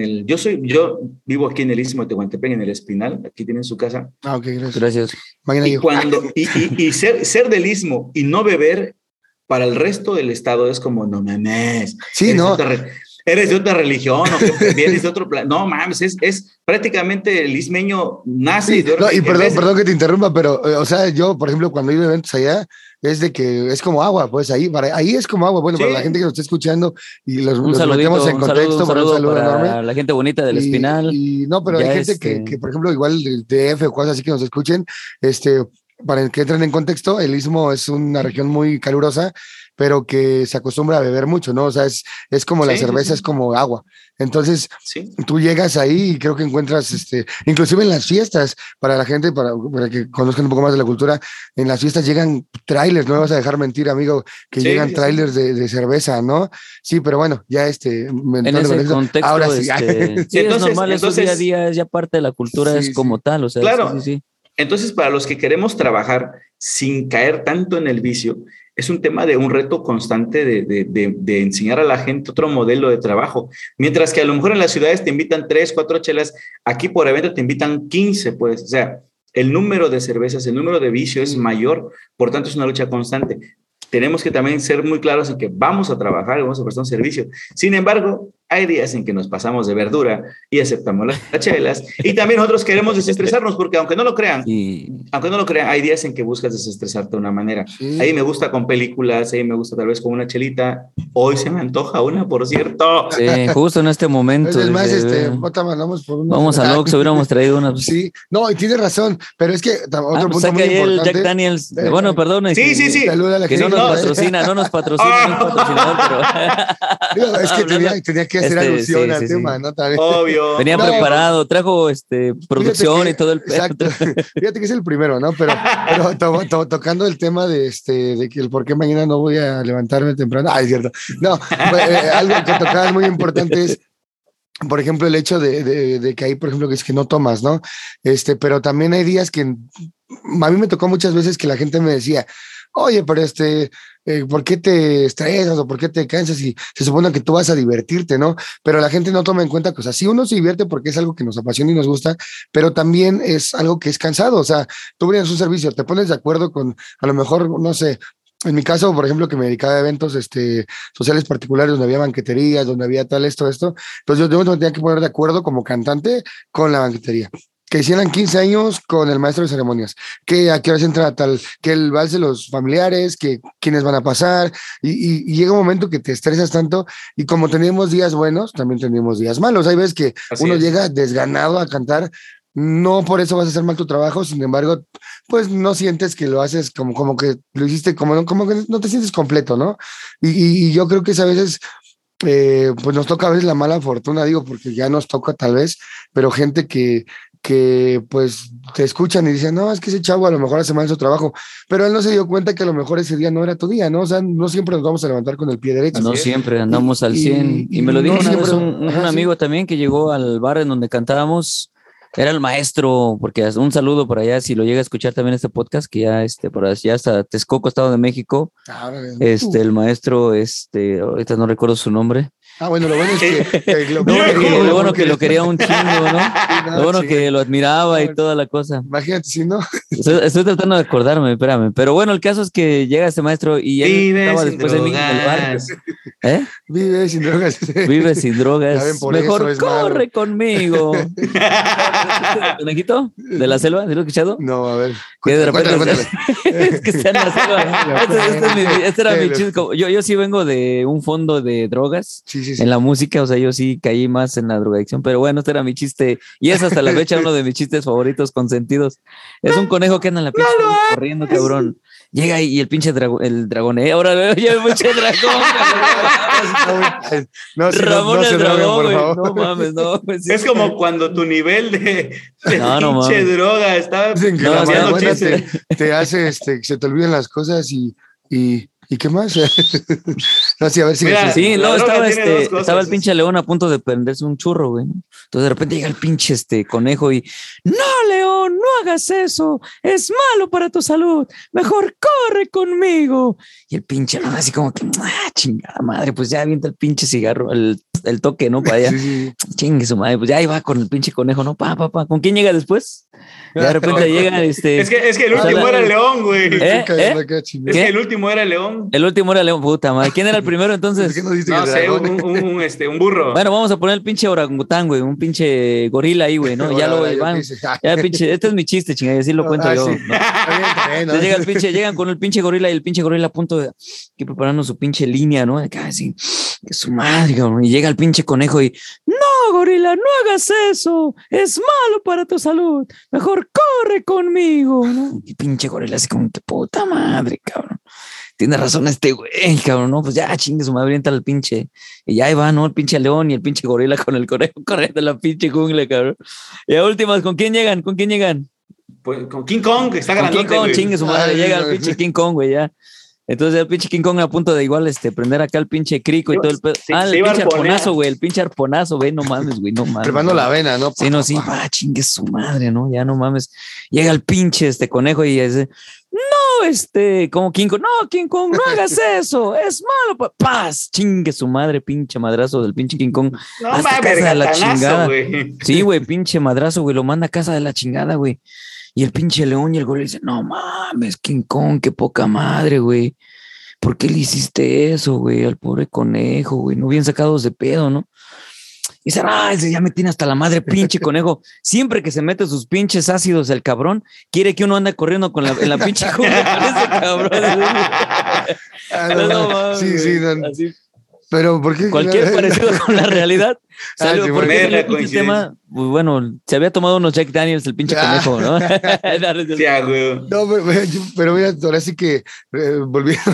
yo vivo aquí en el Istmo de Tehuantepec, en el Espinal, aquí tienen su casa. Ah, ok, gracias. Y ser del Istmo y no beber, para el resto del estado es como, no mames. Sí, no. Eres de otra religión o que vienes de otro plan. No mames, es prácticamente el ismeño nace. Sí, y perdón que te interrumpa, pero, o sea, yo, por ejemplo, cuando hay eventos allá, es de que es como agua, pues ahí es como agua. Bueno, sí. Para la gente que nos está escuchando y los metemos en contexto, un saludo para enorme. La gente bonita del Espinal. No, pero hay gente que, por ejemplo, igual del DF o cosas así que nos escuchen, para que entren en contexto, el Istmo es una región muy calurosa, pero que se acostumbra a beber mucho, ¿no? O sea, es como la cerveza, es como agua. Entonces, tú llegas ahí y creo que encuentras, inclusive en las fiestas, para la gente, para que conozcan un poco más de la cultura, en las fiestas llegan trailers, no me vas a dejar mentir, amigo, que llegan trailers de cerveza, ¿no? Sí, pero bueno, ya en ese contexto, ahora sí. Sí, entonces, es normal, eso día a día es ya parte de la cultura, es como tal, o sea, claro. Entonces, para los que queremos trabajar sin caer tanto en el vicio, es un tema de un reto constante de enseñar a la gente otro modelo de trabajo. Mientras que a lo mejor en las ciudades te invitan 3, 4 chelas, aquí por evento te invitan 15, pues. O sea, el número de cervezas, el número de vicio es mayor, por tanto es una lucha constante. Tenemos que también ser muy claros en que vamos a trabajar, vamos a prestar un servicio. Sin embargo, hay días en que nos pasamos de verdura y aceptamos las chelas. Y también nosotros queremos desestresarnos porque aunque no lo crean, hay días en que buscas desestresarte de una manera. Sí. Ahí me gusta con películas, ahí me gusta tal vez con una chelita. Hoy se me antoja una, por cierto. Sí, justo en este momento. Es más, vamos por una. Vamos a Oxxo, hubiéramos traído una. Sí, no, y tienes razón, pero es que otro punto muy importante. El Jack Daniels. Bueno, perdón. Sí. Saluda a la que gente. No nos patrocina, no es patrocinador, pero. Es que tenía que hacer alusión al tema, ¿no? También. Obvio. Venía preparado, trajo producción y todo el pedo. Exacto. Fíjate que es el primero, ¿no? Pero tocando el tema de que el por qué mañana no voy a levantarme temprano. Es cierto. No, algo que tocaba muy importante es, por ejemplo, el hecho de que hay, por ejemplo, que es que no tomas, ¿no? Pero también hay días que a mí me tocó muchas veces que la gente me decía, oye, pero ¿por qué te estresas o por qué te cansas? Y se supone que tú vas a divertirte, ¿no? Pero la gente no toma en cuenta que, o sea, sí uno se divierte porque es algo que nos apasiona y nos gusta, pero también es algo que es cansado. O sea, tú brindas un servicio, te pones de acuerdo con, a lo mejor, no sé, en mi caso, por ejemplo, que me dedicaba a eventos sociales particulares donde había banqueterías, donde había tal, esto, pues yo me tenía que poner de acuerdo como cantante con la banquetería. Que hicieran 15 años con el maestro de ceremonias, que a qué horas entra tal, que el vals de los familiares, que quiénes van a pasar, y llega un momento que te estresas tanto, y como tenemos días buenos, también tenemos días malos. Hay veces que uno llega desganado a cantar, no por eso vas a hacer mal tu trabajo, sin embargo, pues no sientes que lo haces como que lo hiciste, como que no te sientes completo, ¿no? Y yo creo que es a veces... pues nos toca a veces la mala fortuna, digo, porque ya nos toca tal vez, pero gente que pues te escuchan y dicen, no, es que ese chavo a lo mejor hace mal su trabajo, pero él no se dio cuenta que a lo mejor ese día no era tu día, ¿no? O sea, no siempre nos vamos a levantar con el pie derecho. No siempre andamos al 100. Y me lo dijo una vez un amigo también que llegó al bar en donde cantábamos, era el maestro, porque un saludo por allá, si lo llega a escuchar también este podcast, que ya por allá hasta Texcoco, Estado de México, el maestro, ahorita no recuerdo su nombre. Bueno, lo bueno es que lo bueno que lo quería un chingo, ¿no? Lo bueno que lo admiraba y toda la cosa. Imagínate si no. Estoy tratando de acordarme, espérame. Pero bueno, el caso es que llega este maestro y él estaba después de mí en el bar. Vive sin drogas. Vive sin drogas. Mejor corre malo. Conmigo. ¿Conejito? ¿De la selva? ¿Sí lo has escuchado? No, a ver. Que de repente es que está en la selva. Este era mi chiste. Yo sí vengo de un fondo de drogas. Sí. En la música, o sea, yo sí caí más en la drogadicción, pero bueno, este era mi chiste, y es hasta la fecha uno de mis chistes favoritos consentidos. Es un conejo que anda en la pista corriendo, cabrón. Llega y el pinche el dragón, ahora veo ya el pinche dragón. Ramón el dragón, güey. No mames, no. Pues, es como cuando tu nivel de pinche droga está cambiando chistes. Te hace se te olvidan las cosas ¿y qué más? No, sí, a ver si... Mira, sí, no, estaba el pinche león a punto de prenderse un churro, güey, ¿no? Entonces de repente llega el pinche conejo y... ¡No, león, no hagas eso! ¡Es malo para tu salud! ¡Mejor corre conmigo! Y el pinche león así como que... ¡Chingada madre! Pues ya avienta el pinche cigarro, el toque, ¿no? Para allá. Sí. Chingue su madre. Pues ya iba con el pinche conejo, ¿no? ¿Con quién llega después? Y de repente llega Es que el último era el león, güey. Es que el último era el león. El último era león, puta madre. ¿Quién era el primero entonces? No sé, un burro. Bueno, vamos a poner el pinche orangután, güey. Un pinche gorila ahí, güey, ¿no? Ya lo van. Ya pinche, este es mi chiste, chingada, y así lo cuento yo. Sí. ¿No? Entonces llegan con el pinche gorila y el pinche gorila a punto de que preparando su pinche línea, ¿no? Acá así, que su madre, cabrón. Y llega el pinche conejo y no, gorila, no hagas eso. Es malo para tu salud. Mejor corre conmigo, ¿no? Y pinche gorila así como que puta madre, cabrón. Tiene razón este güey, cabrón, ¿no? Pues ya chingue su madre, entra el pinche. Y ya ahí va, ¿no? El pinche león y el pinche gorila con el conejo corriendo en la pinche jungla, cabrón. Y a últimas, ¿con quién llegan? ¿Con quién llegan? Pues con King Kong, que está grandote, King Kong, güey. chingue su madre, llega el pinche King Kong, güey, ya. Entonces el pinche King Kong a punto de igual prender acá el pinche crico y todo el pedo. El pinche arponazo, güey, el pinche arponazo, güey, no mames, güey, no mames. Prepando la vena, ¿no? Sí, no, sí, chingue su madre, ¿no? Ya no mames. Llega el pinche conejo y dice, no, como King Kong, no, King Kong, no hagas eso, es malo, paz, chingue su madre, pinche madrazo del pinche King Kong. No hasta mames, casa de la chingada. Güey. Sí, güey, pinche madrazo, güey, lo manda a casa de la chingada, güey. Y el pinche león y el gorila dice, no mames, King Kong, qué poca madre, güey. ¿Por qué le hiciste eso, güey? Al pobre conejo, güey. No bien sacados de pedo, ¿no? Y dice, ese ya me tiene hasta la madre, pinche conejo. Siempre que se mete sus pinches ácidos el cabrón, quiere que uno ande corriendo en la pinche jungla con ese cabrón. Sí, así. Pero ¿por qué? Cualquier parecido con la realidad. Salió, sí, porque el pinche tema, pues bueno, se había tomado unos Jack Daniels el pinche conejo, ¿no? Sí, güey. No, pero mira, ahora sí que volviendo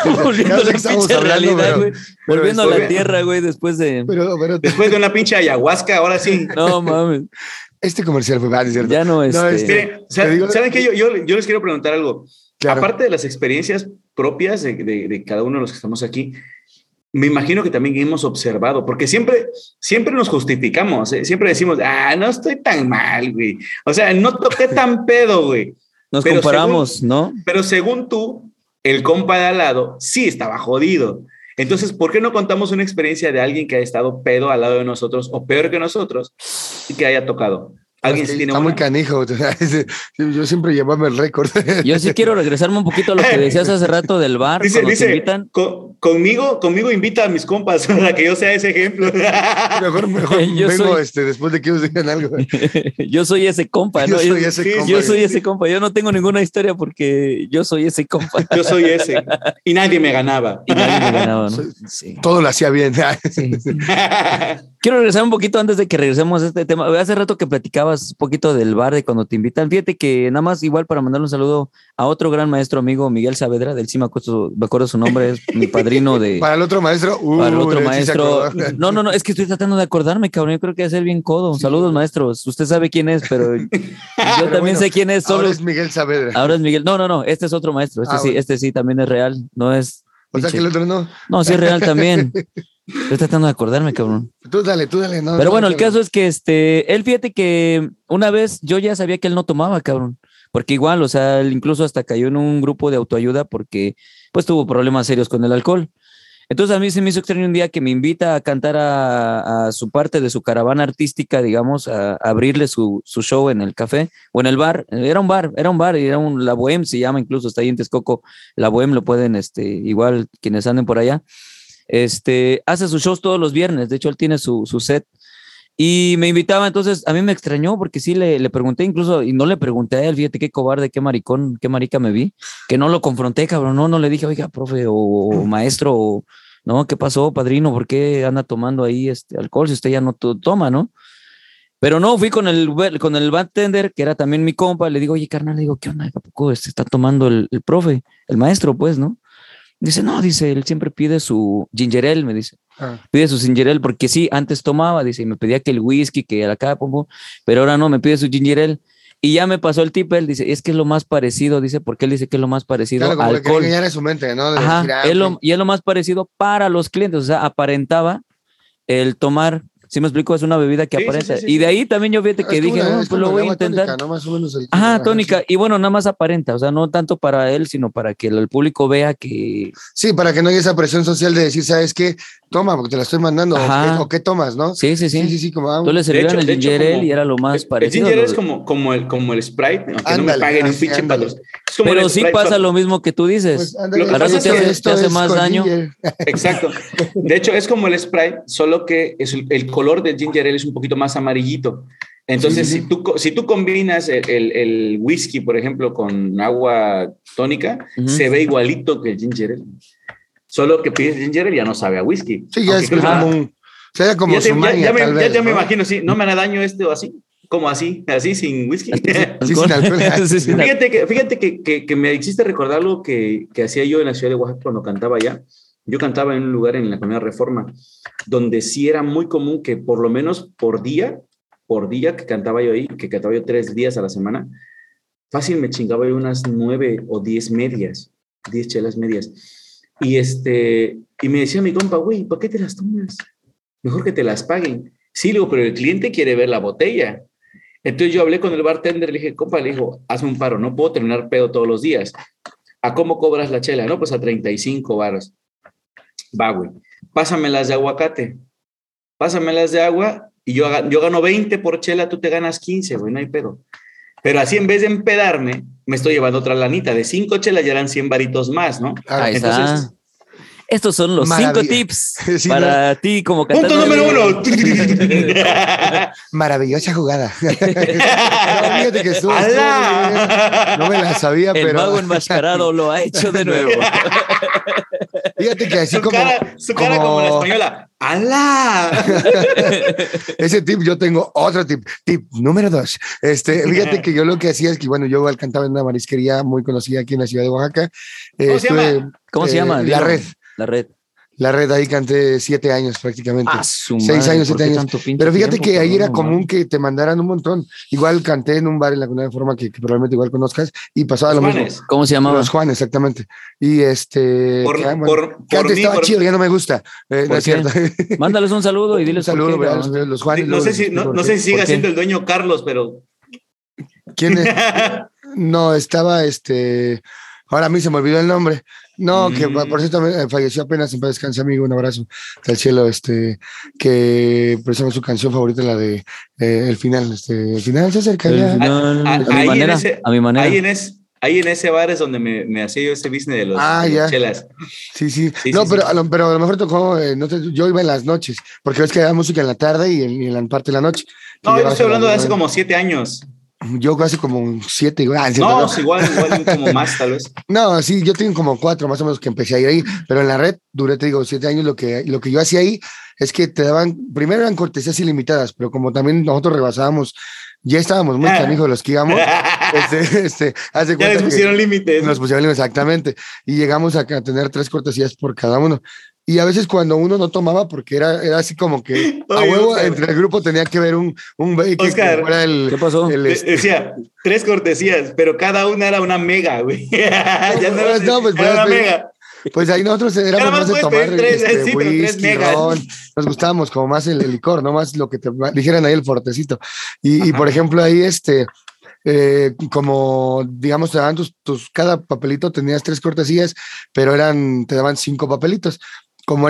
a la pinche realidad, güey. Volviendo a la tierra, güey, después de... Después de una pinche ayahuasca, ahora sí. No, mames. Este comercial fue mal, ¿cierto? Ya no es. Miren, ¿saben qué? Yo les quiero preguntar algo. Claro. Aparte de las experiencias propias de cada uno de los que estamos aquí, me imagino que también hemos observado, porque siempre nos justificamos, ¿eh? Siempre decimos, no estoy tan mal, güey. O sea, no toqué tan pedo, güey. Nos comparamos, ¿no? Pero según tú, el compa de al lado sí estaba jodido. Entonces, ¿por qué no contamos una experiencia de alguien que ha estado pedo al lado de nosotros o peor que nosotros y que haya tocado? ¿Alguien sí tiene está una? Muy canijo. Yo siempre llevaba el récord. Yo sí quiero regresarme un poquito a lo que decías hace rato del bar. Dice, te invitan. Conmigo invita a mis compas para que yo sea ese ejemplo. Mejor vengo después de que ellos digan algo. Yo soy ese compa, ¿no? Yo soy ese compa. Yo no tengo ninguna historia porque yo soy ese compa. Yo soy ese. Y nadie me ganaba. ¿no? Sí. Todo lo hacía bien. Sí. Quiero regresar un poquito antes de que regresemos a este tema. Hace rato que platicabas un poquito del bar de cuando te invitan. Fíjate que nada más igual para mandarle un saludo a otro gran maestro amigo, Miguel Saavedra, del sí me acuerdo su nombre, es mi padrino de... Para el otro maestro. Para el otro maestro. No, es que estoy tratando de acordarme, cabrón. Yo creo que va a ser bien codo. Sí. Saludos, maestros. Usted sabe quién es, pero yo también sé quién es. Ahora es Miguel Saavedra. Ahora es Miguel. No, este es otro maestro. Este sí también es real. No es... O sea que el otro no. No, sí es real también. Estoy tratando de acordarme, cabrón. Tú dale. No, pero bueno, el caso es que él, fíjate que una vez yo ya sabía que él no tomaba, cabrón. Porque igual, o sea, él incluso hasta cayó en un grupo de autoayuda porque pues tuvo problemas serios con el alcohol. Entonces a mí se me hizo extraño un día que me invita a cantar a su parte de su caravana artística, digamos, a abrirle su show en el café o en el bar. Era un bar, la Bohème se llama, incluso está ahí en Texcoco. La Bohème lo pueden, igual quienes anden por allá. Hace sus shows todos los viernes, de hecho él tiene su set y me invitaba, entonces a mí me extrañó porque sí le pregunté incluso, y no le pregunté a él, fíjate qué cobarde, qué maricón, qué marica me vi, que no lo confronté, cabrón, no le dije, oiga, profe o maestro, no, ¿qué pasó, padrino? ¿Por qué anda tomando ahí alcohol si usted ya no toma, no? Pero no, fui con el bartender, que era también mi compa, le digo, oye, carnal, le digo, ¿qué onda? ¿A poco está tomando el profe, el maestro, pues, no? Dice, él siempre pide su ginger ale, me dice. Pide su ginger ale porque sí, antes tomaba, dice, y me pedía que el whisky, que acá, pero ahora no, me pide su ginger ale. Y ya me pasó el tip, él dice, es que es lo más parecido, dice, porque él dice que es lo más parecido al alcohol. Que engañar en su mente, ¿no? Ajá, y es lo más parecido para los clientes, o sea, aparentaba el tomar. ¿Sí me explico? Es una bebida que aparenta. Sí. Y de ahí también yo fíjate que dije, pues lo voy a intentar. Tónica, ¿no? Más o menos tónica. Y bueno, nada más aparenta. O sea, no tanto para él, sino para que el público vea que... Sí, para que no haya esa presión social de decir, ¿sabes qué? Toma, porque te la estoy mandando. ¿O qué tomas, no? Sí. Sí, como... Tú le servían el ginger ale y era lo más parecido. El ginger ale es como el Sprite, aunque no me paguen un pinche patrón. Pero sí pasa lo mismo que tú dices. Pues, al rato te hace más daño. Exacto. De hecho, es como el Sprite, solo que es el color del ginger ale es un poquito más amarillito. Entonces, sí. Si tú combinas el whisky, por ejemplo, con agua tónica, se ve igualito que el ginger ale. Solo que pides ginger ale ya no sabe a whisky. Sí, ya es como un... O sea, como ya me imagino, sí, no me hará daño o así. ¿Cómo así? ¿Así sin whisky? Sí, sin alcohol. Sí, sin alcohol. Fíjate que me hiciste recordar lo que hacía yo en la ciudad de Oaxaca cuando cantaba allá. Yo cantaba en un lugar en la Colonia Reforma, donde sí era muy común que por lo menos por día que cantaba yo ahí, que cantaba yo 3 días a la semana, fácil me chingaba yo unas 9 o 10 medias, 10 chelas medias. Y me decía mi compa, güey, ¿para qué te las tomas? Mejor que te las paguen. Sí, le digo, pero el cliente quiere ver la botella. Entonces yo hablé con el bartender, le dije, compa, le dijo, hazme un paro, no puedo terminar pedo todos los días. ¿A cómo cobras la chela? No, pues a 35 varos. Va, güey, pásamelas de aguacate. Pásamelas de agua y yo gano 20 por chela, tú te ganas 15, güey, no hay pedo. Pero así en vez de empedarme, me estoy llevando otra lanita. De 5 chelas ya eran 100 varitos más, ¿no? Ahí está. Entonces, estos son los 5 tips Sí, para ti como cantante. punto número 1. Maravillosa jugada. No, fíjate que estuvo muy bien. No me la sabía, El pero. mago enmascarado lo ha hecho de nuevo. Fíjate que así su cara como la española. ¡Alá! Ese tip, yo tengo otro tip. Tip número 2. Fíjate que yo lo que hacía es que, bueno, yo cantaba en una marisquería muy conocida aquí en la ciudad de Oaxaca. ¿Cómo se llama? La Red. La Red. La Red, ahí canté 7 años prácticamente. 6 madre, años, 7 años. Pero fíjate que ahí era común man. que te mandaran un montón. Igual canté en un bar en la Colonia Reforma que probablemente igual conozcas y pasaba Los lo Juanes. mismo. ¿Cómo se llamaba? Los Juanes, exactamente. Y Por que antes mí, estaba por- chido, ya no me gusta. No es qué? cierto. Mándales un saludo y diles Un saludo, por qué, ¿verdad? cabrón. Los Juanes. No sé si siga qué? siendo el dueño Carlos, pero... ¿Quién es? No, estaba ahora a mí se me olvidó el nombre. No, que por cierto falleció apenas, en paz descanse, amigo, un abrazo al cielo, que precisamente su canción favorita, la de el final, el final se acerca ya. A mi manera. A mi manera. Ahí en ese bar es donde me hacía yo ese business de los Ya. chelas. Sí. Sí, No, sí, pero, sí. pero a lo mejor tocó, no sé, yo iba en las noches, porque ves que había música en la tarde y en la parte de la noche. No, yo estoy hablando de hace como 7 años. Yo hace como 7, igual. No, igual como más, tal vez. No, sí, yo tengo como 4 más o menos que empecé a ir ahí, pero en la Red duré, te digo, 7 años. Lo que yo hacía ahí es que te daban, primero eran cortesías ilimitadas, pero como también nosotros rebasábamos, ya estábamos muy canijos de los que íbamos, hace Ya les pusieron límites. nos pusieron límites, exactamente, y llegamos a tener 3 cortesías por cada uno. Y a veces cuando uno no tomaba, porque era así como que a Oye, huevo, Oscar. entre el grupo tenía que ver un Oscar, que fuera el... ¿Qué pasó? Decía 3 cortesías, pero cada una era una mega, güey. Ya No, pues, era una mega. Pues ahí nosotros éramos Nada más más de puedes tomar pedir 3, sí, pero 3 whisky, megas. ron. Nos gustábamos como más el licor, no más lo que te dijeran ahí el fortecito. Y por ejemplo ahí como digamos te daban cada papelito tenías 3 cortesías, pero te daban 5 papelitos. Como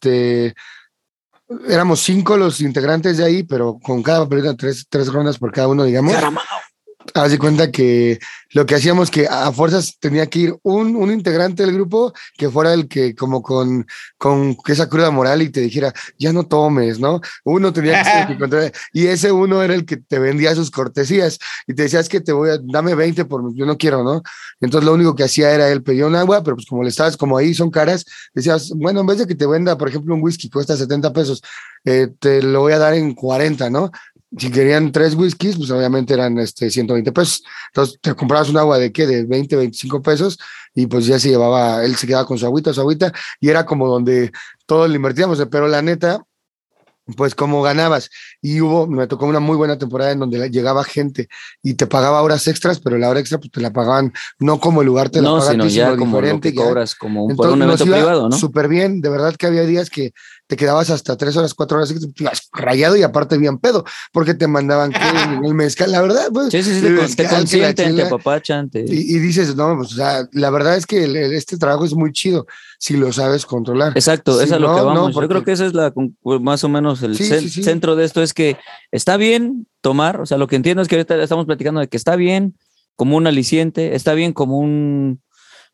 éramos 5 los integrantes de ahí, pero con cada papelito 3 rondas por cada uno, digamos. Haz de cuenta que lo que hacíamos que a fuerzas tenía que ir un integrante del grupo que fuera el que como con esa cruda moral y te dijera, ya no tomes, ¿no? Uno tenía que ser el que controlara, y ese uno era el que te vendía sus cortesías y te decía, es que dame 20 yo no quiero, ¿no? Entonces lo único que hacía era él pedía un agua, pero pues como le estabas, como ahí son caras, decías, bueno, en vez de que te venda, por ejemplo, un whisky cuesta 70 pesos, te lo voy a dar en 40, ¿no? Si querían 3 whiskies, pues obviamente eran 120 pesos. Entonces te comprabas un agua de 20, 25 pesos y pues ya él se quedaba con su agüita, y era como donde todos le invertíamos, pero la neta, pues como ganabas, y me tocó una muy buena temporada en donde llegaba gente y te pagaba horas extras, pero la hora extra pues te la pagaban no como el lugar te la paga a ti, ya sino como diferente. Lo que cobras como Entonces, por un evento privado, ¿no? Súper bien, de verdad que había días que te quedabas hasta 3 horas, 4 horas, rayado y aparte bien pedo, porque te mandaban el mezcal, la verdad, pues. Sí, te consienten, te apapachan. Y dices, no, pues, o sea, la verdad es que este trabajo es muy chido si lo sabes controlar. Exacto, si es a lo que vamos. porque... Yo creo que esa es más o menos el centro de esto, es que está bien tomar, o sea, lo que entiendo es que ahorita estamos platicando de que está bien como un aliciente, está bien como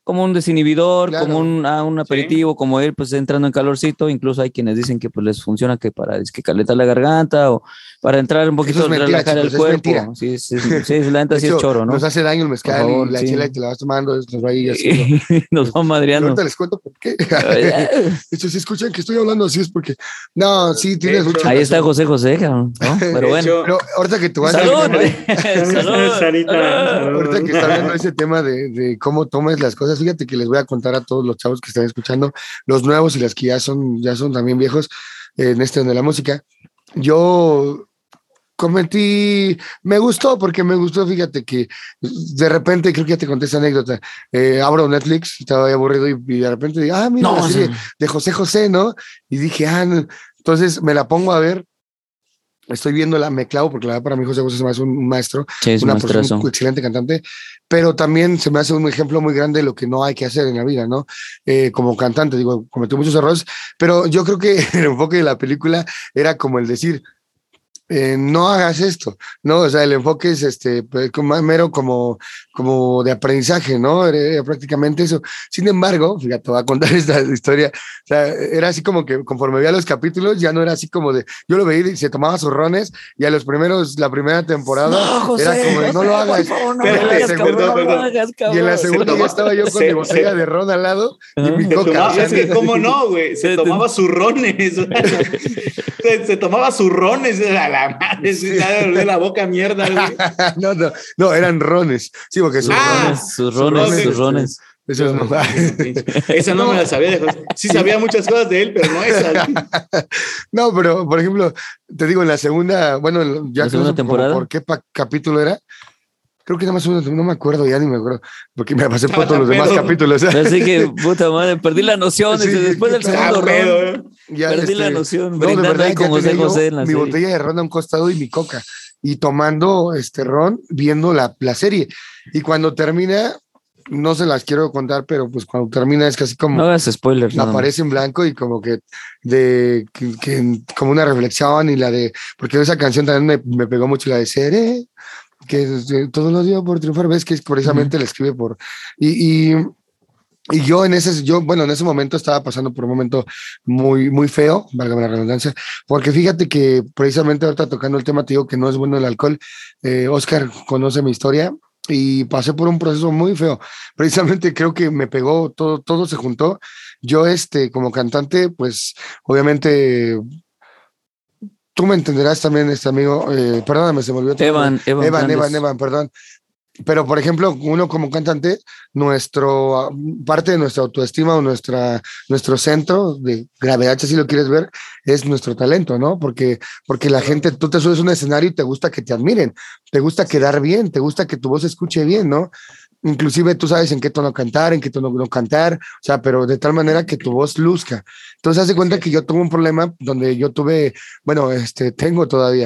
como un desinhibidor, Claro. como un aperitivo, como él, pues entrando en calorcito. Incluso hay quienes dicen que pues les funciona que para calentar la garganta o para entrar un poquito, Eso es mentira, relajar chicos, el es mentira. cuerpo. Sí, la neta De sí es hecho, choro, ¿no? nos hace daño el mezcal Por favor, y la sí. chela y te la vas tomando, nos va ahí haciendo. Nos va Y madreando. ahorita les cuento por qué. De hecho, si escuchan que estoy hablando así es porque. No, sí, tienes hecho, mucha Ahí razón. está José, cabrón, ¿no? Pero De bueno. hecho, Pero ahorita que te vas ¡Salud! al tema, ¡Salud! Sarita, ahorita que está hablando ese tema de cómo tomes las cosas, fíjate que les voy a contar a todos los chavos que están escuchando, los nuevos y las que ya son también viejos en este de la música. Yo cometí, me gustó, fíjate que de repente, creo que ya te conté esa anécdota, abro Netflix, estaba ahí aburrido y de repente digo, mira No, la o serie sea, de José, ¿no? Y dije, no. Entonces me la pongo a ver, estoy viéndola, me clavo, porque la verdad para mí José se me hace un maestro, sí, es un una persona, maestrazo. un excelente cantante, pero también se me hace un ejemplo muy grande de lo que no hay que hacer en la vida, ¿no? Como cantante, digo, cometí muchos errores, pero yo creo que el enfoque de la película era como el decir, no hagas esto, ¿no? O sea, el enfoque es pues, mero como de aprendizaje, ¿no? Era prácticamente eso. Sin embargo, fíjate, te voy a contar esta historia. O sea, era así como que conforme veía los capítulos, ya no era así como de, yo lo veía y se tomaba sus rones, y a la primera temporada, No, José, era como de, no lo hagas. por favor, no Espérate, lo hagas, perdón, cabrón, perdón. no lo hagas, Y en la cabrón. segunda ya estaba yo con mi botella de ron al lado y mi Se coca. tomaba, O sea, es que, ¿cómo no, güey? Se tomaba zurrones. Se tomaba zurrones. A la madre, Sí. se le dolía la boca mierda, güey. no, eran rones. Sí, porque sus Sus rones, rones. esos no. Esa no me la sabía de José. Sí sabía muchas cosas de él, pero no esa. No, pero por ejemplo, te digo, en la segunda, bueno, ya ¿La segunda temporada? ¿Por qué capítulo era? Creo que nada más uno, no me acuerdo, ya ni me acuerdo, porque me pasé por todos los demás capítulos. Así que, puta madre, perdí la noción. Sí, Después del segundo ron, ya, perdí la noción. No, de Brindando verdad, ahí con ya José tenía yo José en la mi serie. botella de ron a un costado y mi coca, y tomando ron, viendo la serie. Y cuando termina, no se las quiero contar, pero pues cuando termina es casi como No hagas spoilers. nada más. aparece en blanco y como que como una reflexión y porque esa canción también me pegó mucho, la de Seré, que todos los días por triunfar, ves que es precisamente la escribe y yo en ese momento estaba pasando por un momento muy, muy feo, valga la redundancia, porque fíjate que precisamente ahorita tocando el tema, te digo que no es bueno el alcohol. Oscar conoce mi historia y pasé por un proceso muy feo. Precisamente creo que me pegó, todo se juntó. Yo, como cantante, pues obviamente tú me entenderás también, amigo, perdóname, se me olvidó. Evan, perdón. Pero, por ejemplo, uno como cantante, parte de nuestra autoestima o nuestro centro de gravedad, si así lo quieres ver, es nuestro talento, ¿no? Porque la gente, tú te subes a un escenario y te gusta que te admiren, te gusta quedar bien, te gusta que tu voz se escuche bien, ¿no? Inclusive tú sabes en qué tono cantar, en qué tono no cantar, o sea, pero de tal manera que tu voz luzca. Entonces, haz de cuenta que yo tuve un problema donde yo tengo todavía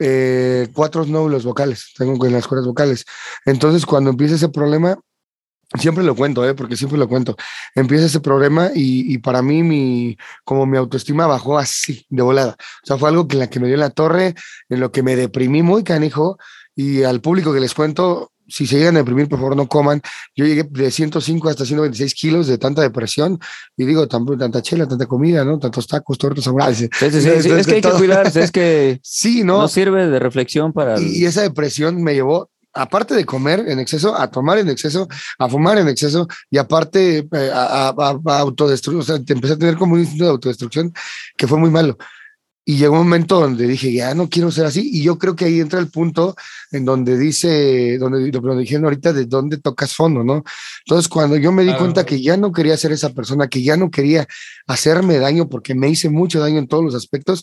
4 nódulos vocales, tengo en las cuerdas vocales. Entonces, cuando empieza ese problema, siempre lo cuento, porque siempre lo cuento, empieza ese problema y para mí mi autoestima bajó así, de volada. O sea, fue algo que me dio en la torre, en lo que me deprimí muy canijo, y al público que les cuento, si se llegan a deprimir, por favor no coman. Yo llegué de 105 hasta 126 kilos de tanta depresión, y digo, tanta chela, tanta comida, ¿no? Tantos tacos, tortas, ahogadas. Sí, es que hay que cuidarse, es que sí, no sirve de reflexión para... Y esa depresión me llevó, aparte de comer en exceso, a tomar en exceso, a fumar en exceso, y aparte a autodestruir, o sea, empecé a tener como un instinto de autodestrucción que fue muy malo. Y llegó un momento donde dije, ya no quiero ser así. Y yo creo que ahí entra el punto en donde lo dijeron ahorita, de dónde tocas fondo, ¿no? Entonces, cuando yo me di cuenta que ya no quería ser esa persona, que ya no quería hacerme daño, porque me hice mucho daño en todos los aspectos,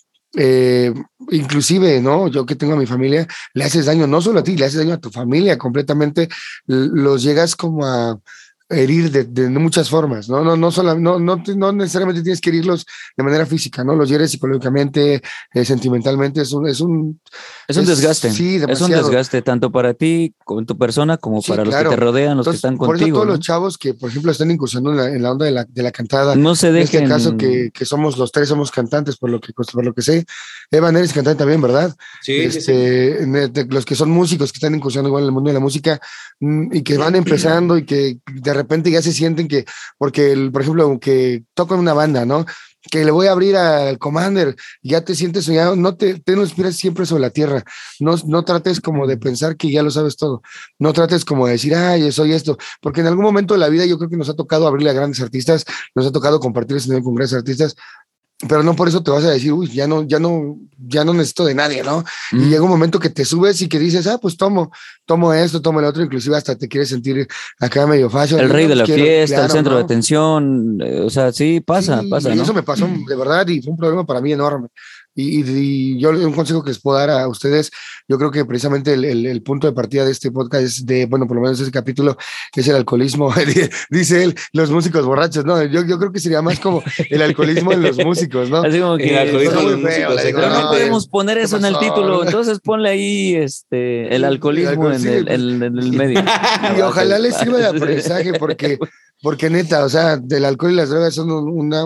inclusive, ¿no? Yo que tengo a mi familia, le haces daño no solo a ti, le haces daño a tu familia completamente, los llegas como a herir de muchas formas, ¿no? No necesariamente tienes que herirlos de manera física, ¿no? Los hieres psicológicamente, sentimentalmente, es un desgaste. Sí, demasiado. Es un desgaste tanto para ti, como tu persona, como Sí, para claro. Los que te rodean, los Entonces, que están por contigo. eso todos ¿no? los chavos que, por ejemplo, están incursionando en la onda de la cantada, No se dejen... en este caso que somos los tres, somos cantantes, por lo que sé. Evan, eres cantante también, ¿verdad? Sí, los que son músicos, que están incursionando igual en el mundo de la música, y que van empezando y que de repente ya se sienten que, porque, por ejemplo, que toco en una banda, ¿no? Que le voy a abrir al Commander, ya te sientes soñado, no te inspiras siempre sobre la tierra, no trates como de pensar que ya lo sabes todo, no trates como de decir, yo soy esto, porque en algún momento de la vida yo creo que nos ha tocado abrirle a grandes artistas, nos ha tocado compartir escenario con grandes artistas, pero no por eso te vas a decir, uy, ya no necesito de nadie, ¿no? Y llega un momento que te subes y que dices, pues tomo esto, tomo el otro, inclusive hasta te quieres sentir acá medio fashion. El rey de la fiesta, claro, el centro, ¿no?, de atención, o sea, sí, pasa, y ¿no? Eso me pasó de verdad y fue un problema para mí enorme. Y yo un consejo que les puedo dar a ustedes, yo creo que precisamente el punto de partida de este podcast es por lo menos ese capítulo, es el alcoholismo, dice él, los músicos borrachos, ¿no? Yo creo que sería más como el alcoholismo en los músicos, ¿no? Así como que el alcoholismo en los músicos. Pero no podemos poner eso en el título, entonces ponle ahí el alcoholismo en el medio. Y ojalá les sirva de aprendizaje, porque neta, o sea, del alcohol y las drogas son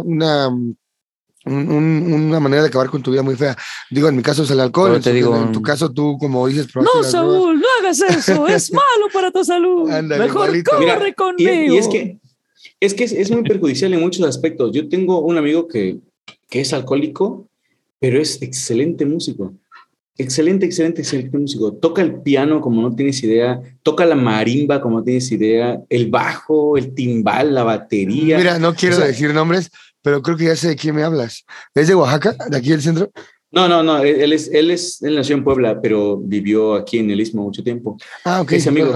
una manera de acabar con tu vida muy fea. Digo, en mi caso es el alcohol, en tu caso tú, como dices, no, Saúl, no hagas eso, es malo para tu salud. Ándale, mejor igualito. corre conmigo. Y es que es muy perjudicial en muchos aspectos. Yo tengo un amigo que es alcohólico, pero es excelente músico. Excelente músico. Toca el piano como no tienes idea, toca la marimba como no tienes idea, el bajo, el timbal, la batería. Mira, no quiero decir nombres, pero creo que ya sé de quién me hablas. ¿Es de Oaxaca, de aquí del centro? No, él nació en Puebla, pero vivió aquí en el Istmo mucho tiempo. Ok. Ese amigo.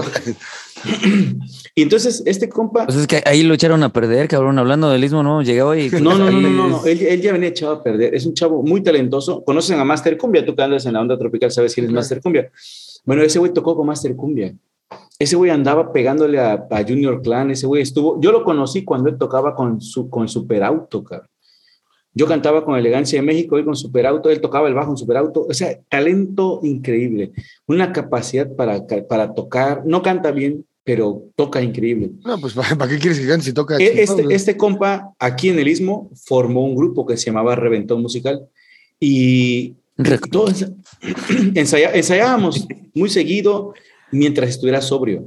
Y entonces, este compa... Pues es que ahí lo echaron a perder, cabrón, hablando del Istmo, ¿no? Llegaba y... No. Él ya venía echado a perder. Es un chavo muy talentoso. ¿Conocen a Master Cumbia? Tú que andas en la onda tropical, ¿sabes quién es Master Cumbia? Bueno, ese güey tocó con Master Cumbia. Ese güey andaba pegándole a Junior Clan. Ese güey estuvo... Yo lo conocí cuando él tocaba con Superauto, cabrón. Yo cantaba con Elegancia de México, él con Superauto, él tocaba el bajo en Superauto. O sea, talento increíble. Una capacidad para tocar. No canta bien, pero toca increíble. No, pues ¿para qué quieres que cante si toca? Este compa, aquí en el Istmo, formó un grupo que se llamaba Reventón Musical. Y todos ensayábamos muy seguido mientras estuviera sobrio.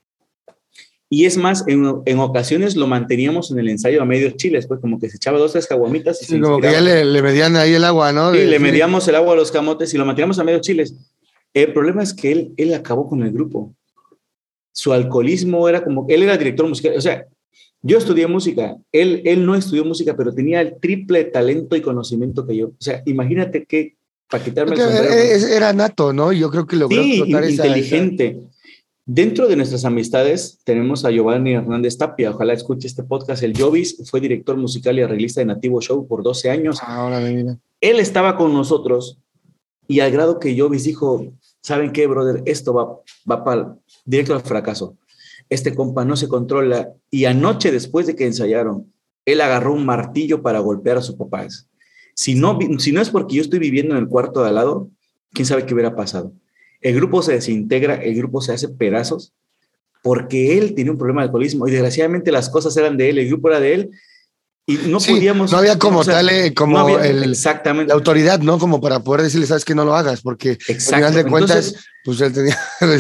Y es más, en ocasiones lo manteníamos en el ensayo a medios chiles, pues como que se echaba 2 o 3 caguamitas y sí, como que ya le medían ahí el agua, ¿no? Sí, le medíamos el agua a los camotes y lo manteníamos a medios chiles. El problema es que él acabó con el grupo. Su alcoholismo era como... Él era director musical. O sea, yo estudié música. Él no estudió música, pero tenía el triple talento y conocimiento que yo. O sea, imagínate que para quitarme el sombrero... Era nato, ¿no? Yo creo que logró explotar inteligente. Dentro de nuestras amistades tenemos a Giovanni Hernández Tapia. Ojalá escuche este podcast. El Jovis fue director musical y arreglista de Nativo Show por 12 años. Ahora mira. Él estaba con nosotros y al grado que Jovis dijo, ¿saben qué, brother? Esto va para directo al fracaso. Este compa no se controla. Y anoche, después de que ensayaron, él agarró un martillo para golpear a sus papás. Si no es porque yo estoy viviendo en el cuarto de al lado, quién sabe qué hubiera pasado. El grupo se desintegra, el grupo se hace pedazos porque él tenía un problema de alcoholismo y desgraciadamente las cosas eran de él, el grupo era de él y no podíamos... No había como exactamente. La autoridad, ¿no? Como para poder decirle, sabes que no lo hagas, porque al final de cuentas, entonces, pues él tenía...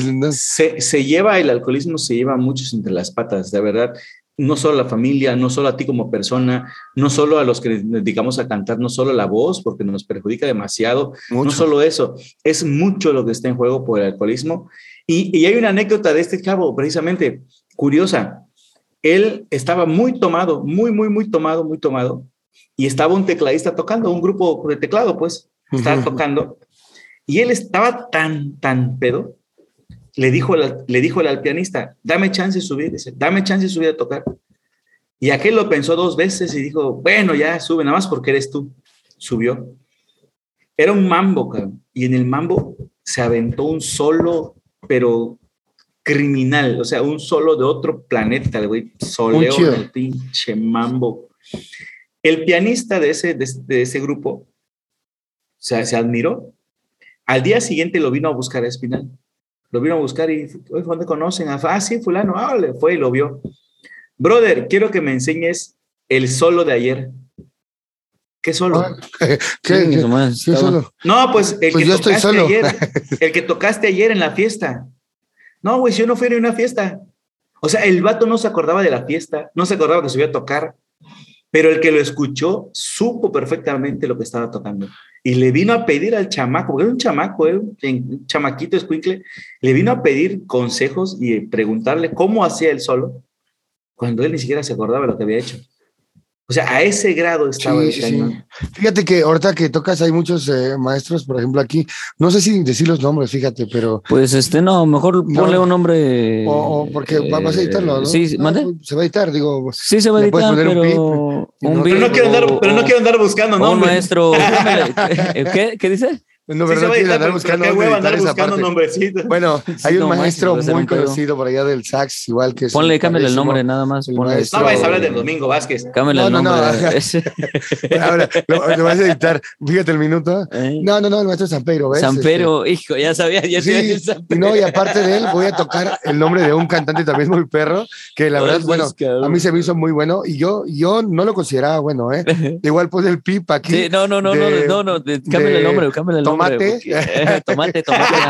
el alcoholismo se lleva a muchos entre las patas, de verdad. No solo a la familia, no solo a ti como persona, no solo a los que nos dedicamos a cantar, no solo la voz, porque nos perjudica demasiado, mucho. No solo eso, es mucho lo que está en juego por el alcoholismo. Y hay una anécdota de este chavo, precisamente, curiosa. Él estaba muy tomado, muy tomado, y estaba un tecladista tocando, un grupo de teclado, pues, estaba tocando, y él estaba tan pedo. Le dijo al pianista, dame chance de subir, dice, dame chance de subir a tocar. Y aquel lo pensó 2 veces y dijo, bueno, ya sube, nada más porque eres tú. Subió. Era un mambo, cabrón. Y en el mambo se aventó un solo, pero criminal, o sea, un solo de otro planeta, el güey soleó el pinche mambo. El pianista de ese grupo se admiró. Al día siguiente lo vino a buscar a Espinal. Lo vino a buscar y, ¿dónde conocen? Sí, fulano, le fue y lo vio. Brother, quiero que me enseñes el solo de ayer. ¿Qué solo? ¿Qué solo? No, pues yo estoy solo. El que tocaste ayer en la fiesta. No, güey, si yo no fui a una fiesta. O sea, el vato no se acordaba de la fiesta, no se acordaba que se iba a tocar, pero el que lo escuchó supo perfectamente lo que estaba tocando. Y le vino a pedir al chamaco, porque era un chamaco, un chamaquito escuincle, le vino a pedir consejos y preguntarle cómo hacía el solo, cuando él ni siquiera se acordaba de lo que había hecho. O sea, a ese grado estaba el cañón. Sí. Fíjate que ahorita que tocas hay muchos maestros, por ejemplo, aquí, no sé si decir los nombres, fíjate, pero... Pues no, mejor ponle un nombre... O porque vas a editarlo, ¿no? Sí, ¿mande? Se va a editar, digo... Sí, se va a editar, pero... Pero no quiero andar buscando nombres. Un maestro... ¿Qué dice? No, pero sí no quiero andar buscando nombrecitos. Bueno, hay un maestro muy conocido por allá del sax, igual que es. Ponle, cámbiale el nombre nada más. No vayas a hablar del Domingo Vázquez. Cámbiale el nombre. Ahora, lo vas a editar. Fíjate el minuto. No, el maestro Sampeiro, ¿ves? Sampeiro, hijo, ya sabía. Sí, y aparte de él, voy a tocar el nombre de un cantante también muy perro, que la verdad, bueno, a mí se me hizo muy bueno, y yo no lo consideraba bueno, ¿eh? Igual pone el pip aquí. Sí, no, cámbiale el nombre, cámbiale el nombre. Tomate.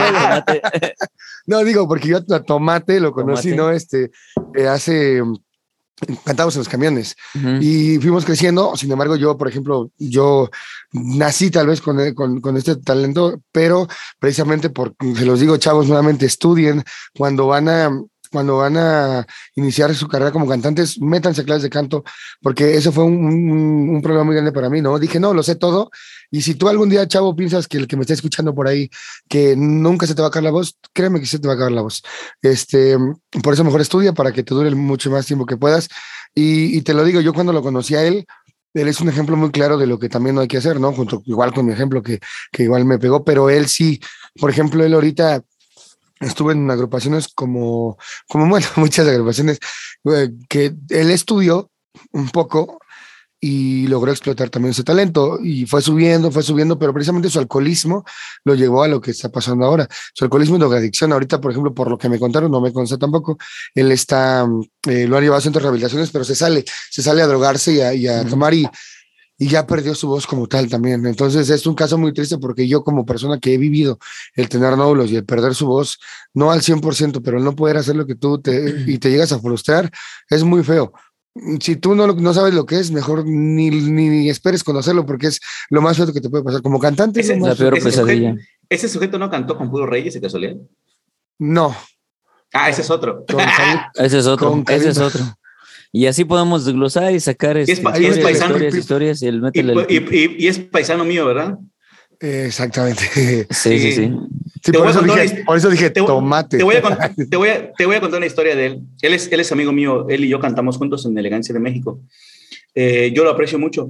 No, digo, porque yo a Tomate lo conocí, ¿no? Cantábamos en los camiones y fuimos creciendo. Sin embargo, yo, por ejemplo, nací tal vez con este talento, pero precisamente se los digo, chavos, nuevamente estudien cuando van a iniciar su carrera como cantantes, métanse a clases de canto, porque eso fue un problema muy grande para mí, ¿no? Dije, no, lo sé todo, y si tú algún día, chavo, piensas que el que me está escuchando por ahí, que nunca se te va a acabar la voz, créeme que se te va a acabar la voz. Por eso mejor estudia, para que te dure mucho más tiempo que puedas, y te lo digo, yo cuando lo conocí a él es un ejemplo muy claro de lo que también no hay que hacer, ¿no? Igual con mi ejemplo, que igual me pegó, pero él sí, por ejemplo, él ahorita... Estuve en agrupaciones como bueno, muchas agrupaciones que él estudió un poco y logró explotar también ese talento y fue subiendo, pero precisamente su alcoholismo lo llevó a lo que está pasando ahora. Su alcoholismo y drogadicción, ahorita, por ejemplo, por lo que me contaron, no me consta tampoco, él lo ha llevado a centros de rehabilitaciones, pero se sale a drogarse y a tomar y ya perdió su voz como tal también. Entonces es un caso muy triste porque yo como persona que he vivido el tener nódulos y el perder su voz, no al 100%, pero el no poder hacer lo que y te llegas a frustrar, es muy feo. Si tú no sabes lo que es, mejor ni esperes conocerlo porque es lo más feo que te puede pasar. Como cantante es la peor pesadilla. ¿Ese sujeto no cantó con Puro Reyes de casualidad? No. Ese es otro. Ese es otro. Y así podemos desglosar y sacar historias y y es paisano mío, ¿verdad? Exactamente. Sí. Por eso dije Tomate. Te voy a contar una historia de él. Él es amigo mío. Él y yo cantamos juntos en Elegancia de México. Yo lo aprecio mucho.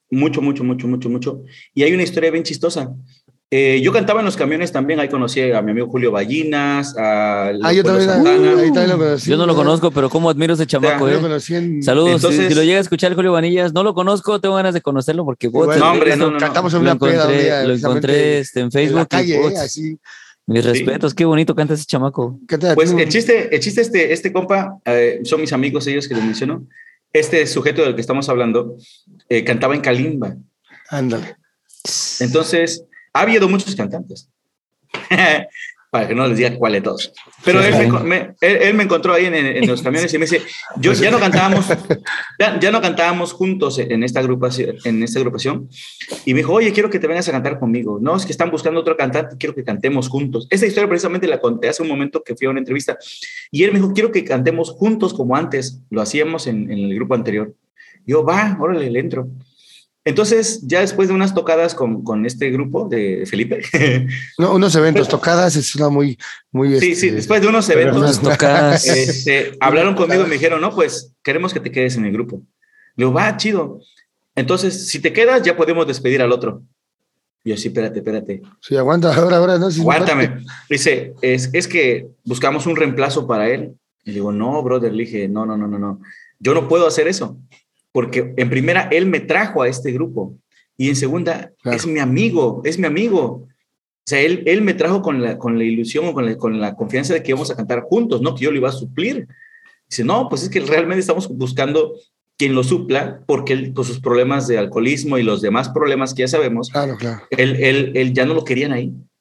Y hay una historia bien chistosa. Yo cantaba en los camiones también, ahí conocí a mi amigo Julio Ballinas, yo también lo conocí. Yo no lo conozco, pero cómo admiro ese chamaco, Saludos. Entonces, si lo llega a escuchar Julio Vanillas, no lo conozco, tengo ganas de conocerlo porque cantamos en una peda lo encontré en Facebook. En la calle, así. Mis respetos, qué bonito canta ese chamaco. Pues el chiste este compa, son mis amigos ellos que les menciono. Este sujeto del que estamos hablando cantaba en Kalimba. Ándale. Entonces, ha habido muchos cantantes, para que no les diga cuál de todos. Pero él me encontró ahí en los camiones y me dice, ya no cantábamos juntos en esta agrupación. Y me dijo, oye, quiero que te vengas a cantar conmigo. No, es que están buscando otro cantante, quiero que cantemos juntos. Esa historia precisamente la conté hace un momento que fui a una entrevista. Y él me dijo, quiero que cantemos juntos como antes lo hacíamos en el grupo anterior. Yo, órale, le entro. Entonces, ya después de unas tocadas con este grupo de Felipe. No, unos eventos, tocadas es una muy... Sí, después de unos eventos, unas tocadas. Hablaron conmigo y me dijeron, no, pues queremos que te quedes en el grupo. Le digo, chido. Entonces, si te quedas, ya podemos despedir al otro. Y yo, sí, espérate. Sí, aguanta, ahora, ¿no? Aguántame. Dice, es que buscamos un reemplazo para él. Y digo, no, brother, le dije, no. Yo no puedo hacer eso. Porque en primera, él me trajo a este grupo. Y en segunda, claro, es mi amigo. O sea, él me trajo con la ilusión o con la confianza de que íbamos a cantar juntos, no que yo lo iba a suplir. Dice, no, pues es que realmente estamos buscando quien lo supla, porque él, con sus problemas de alcoholismo y los demás problemas que ya sabemos, claro. él ya no lo querían ahí.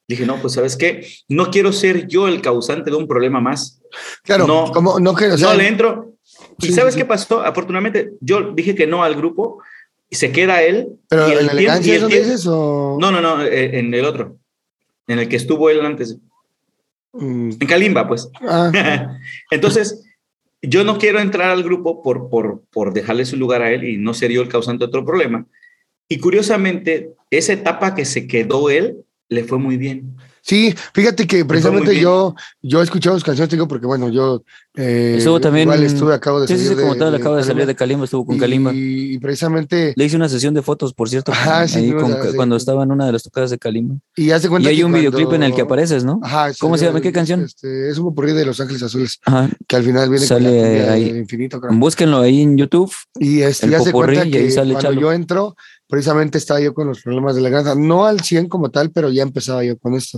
Dije, no, pues ¿sabes qué? No quiero ser yo el causante de un problema más. Claro, no, como, no, que, o sea, no le entro. ¿Y sí, sabes sí, qué sí. pasó? Afortunadamente, yo dije que no al grupo y se queda él. Y Pero en la el tiempo, y elegancia es el donde tiempo, dices o... no, en el otro, en el que estuvo él antes, Mm, en Kalimba, pues. ah, Entonces, yo no quiero entrar al grupo por dejarle su lugar a él y no ser yo el causante de otro problema. Y curiosamente, esa etapa que se quedó él, le fue muy bien. sí, fíjate que Le fue muy precisamente bien. yo he escuchado sus canciones, te digo, porque bueno, yo Estuvo igual también, estuve, acabo de sí, sí, salir sí, como tal, de acaba de salir Kalimba de Kalimba, estuvo con Kalimba. y precisamente, Le hice una sesión de fotos, por cierto, ajá, sí, ahí fuimos a hacer, cuando estaba en una de las tocadas de Kalimba. y hace Y cuenta hay que un videoclip en el que cuando, apareces, ¿no? ajá, ¿Cómo se llama? ¿Qué canción? es un popurrí de Los Ángeles Azules, Ajá, que al final viene con la sale cumbia ahí. del infinito, creo. Búsquenlo ahí en YouTube, Y el ya se popurrí, cuenta y ahí que sale cuando Chalo. yo entro, precisamente estaba yo con los problemas de la granja, no al 100 como tal, pero ya empezaba yo con esto.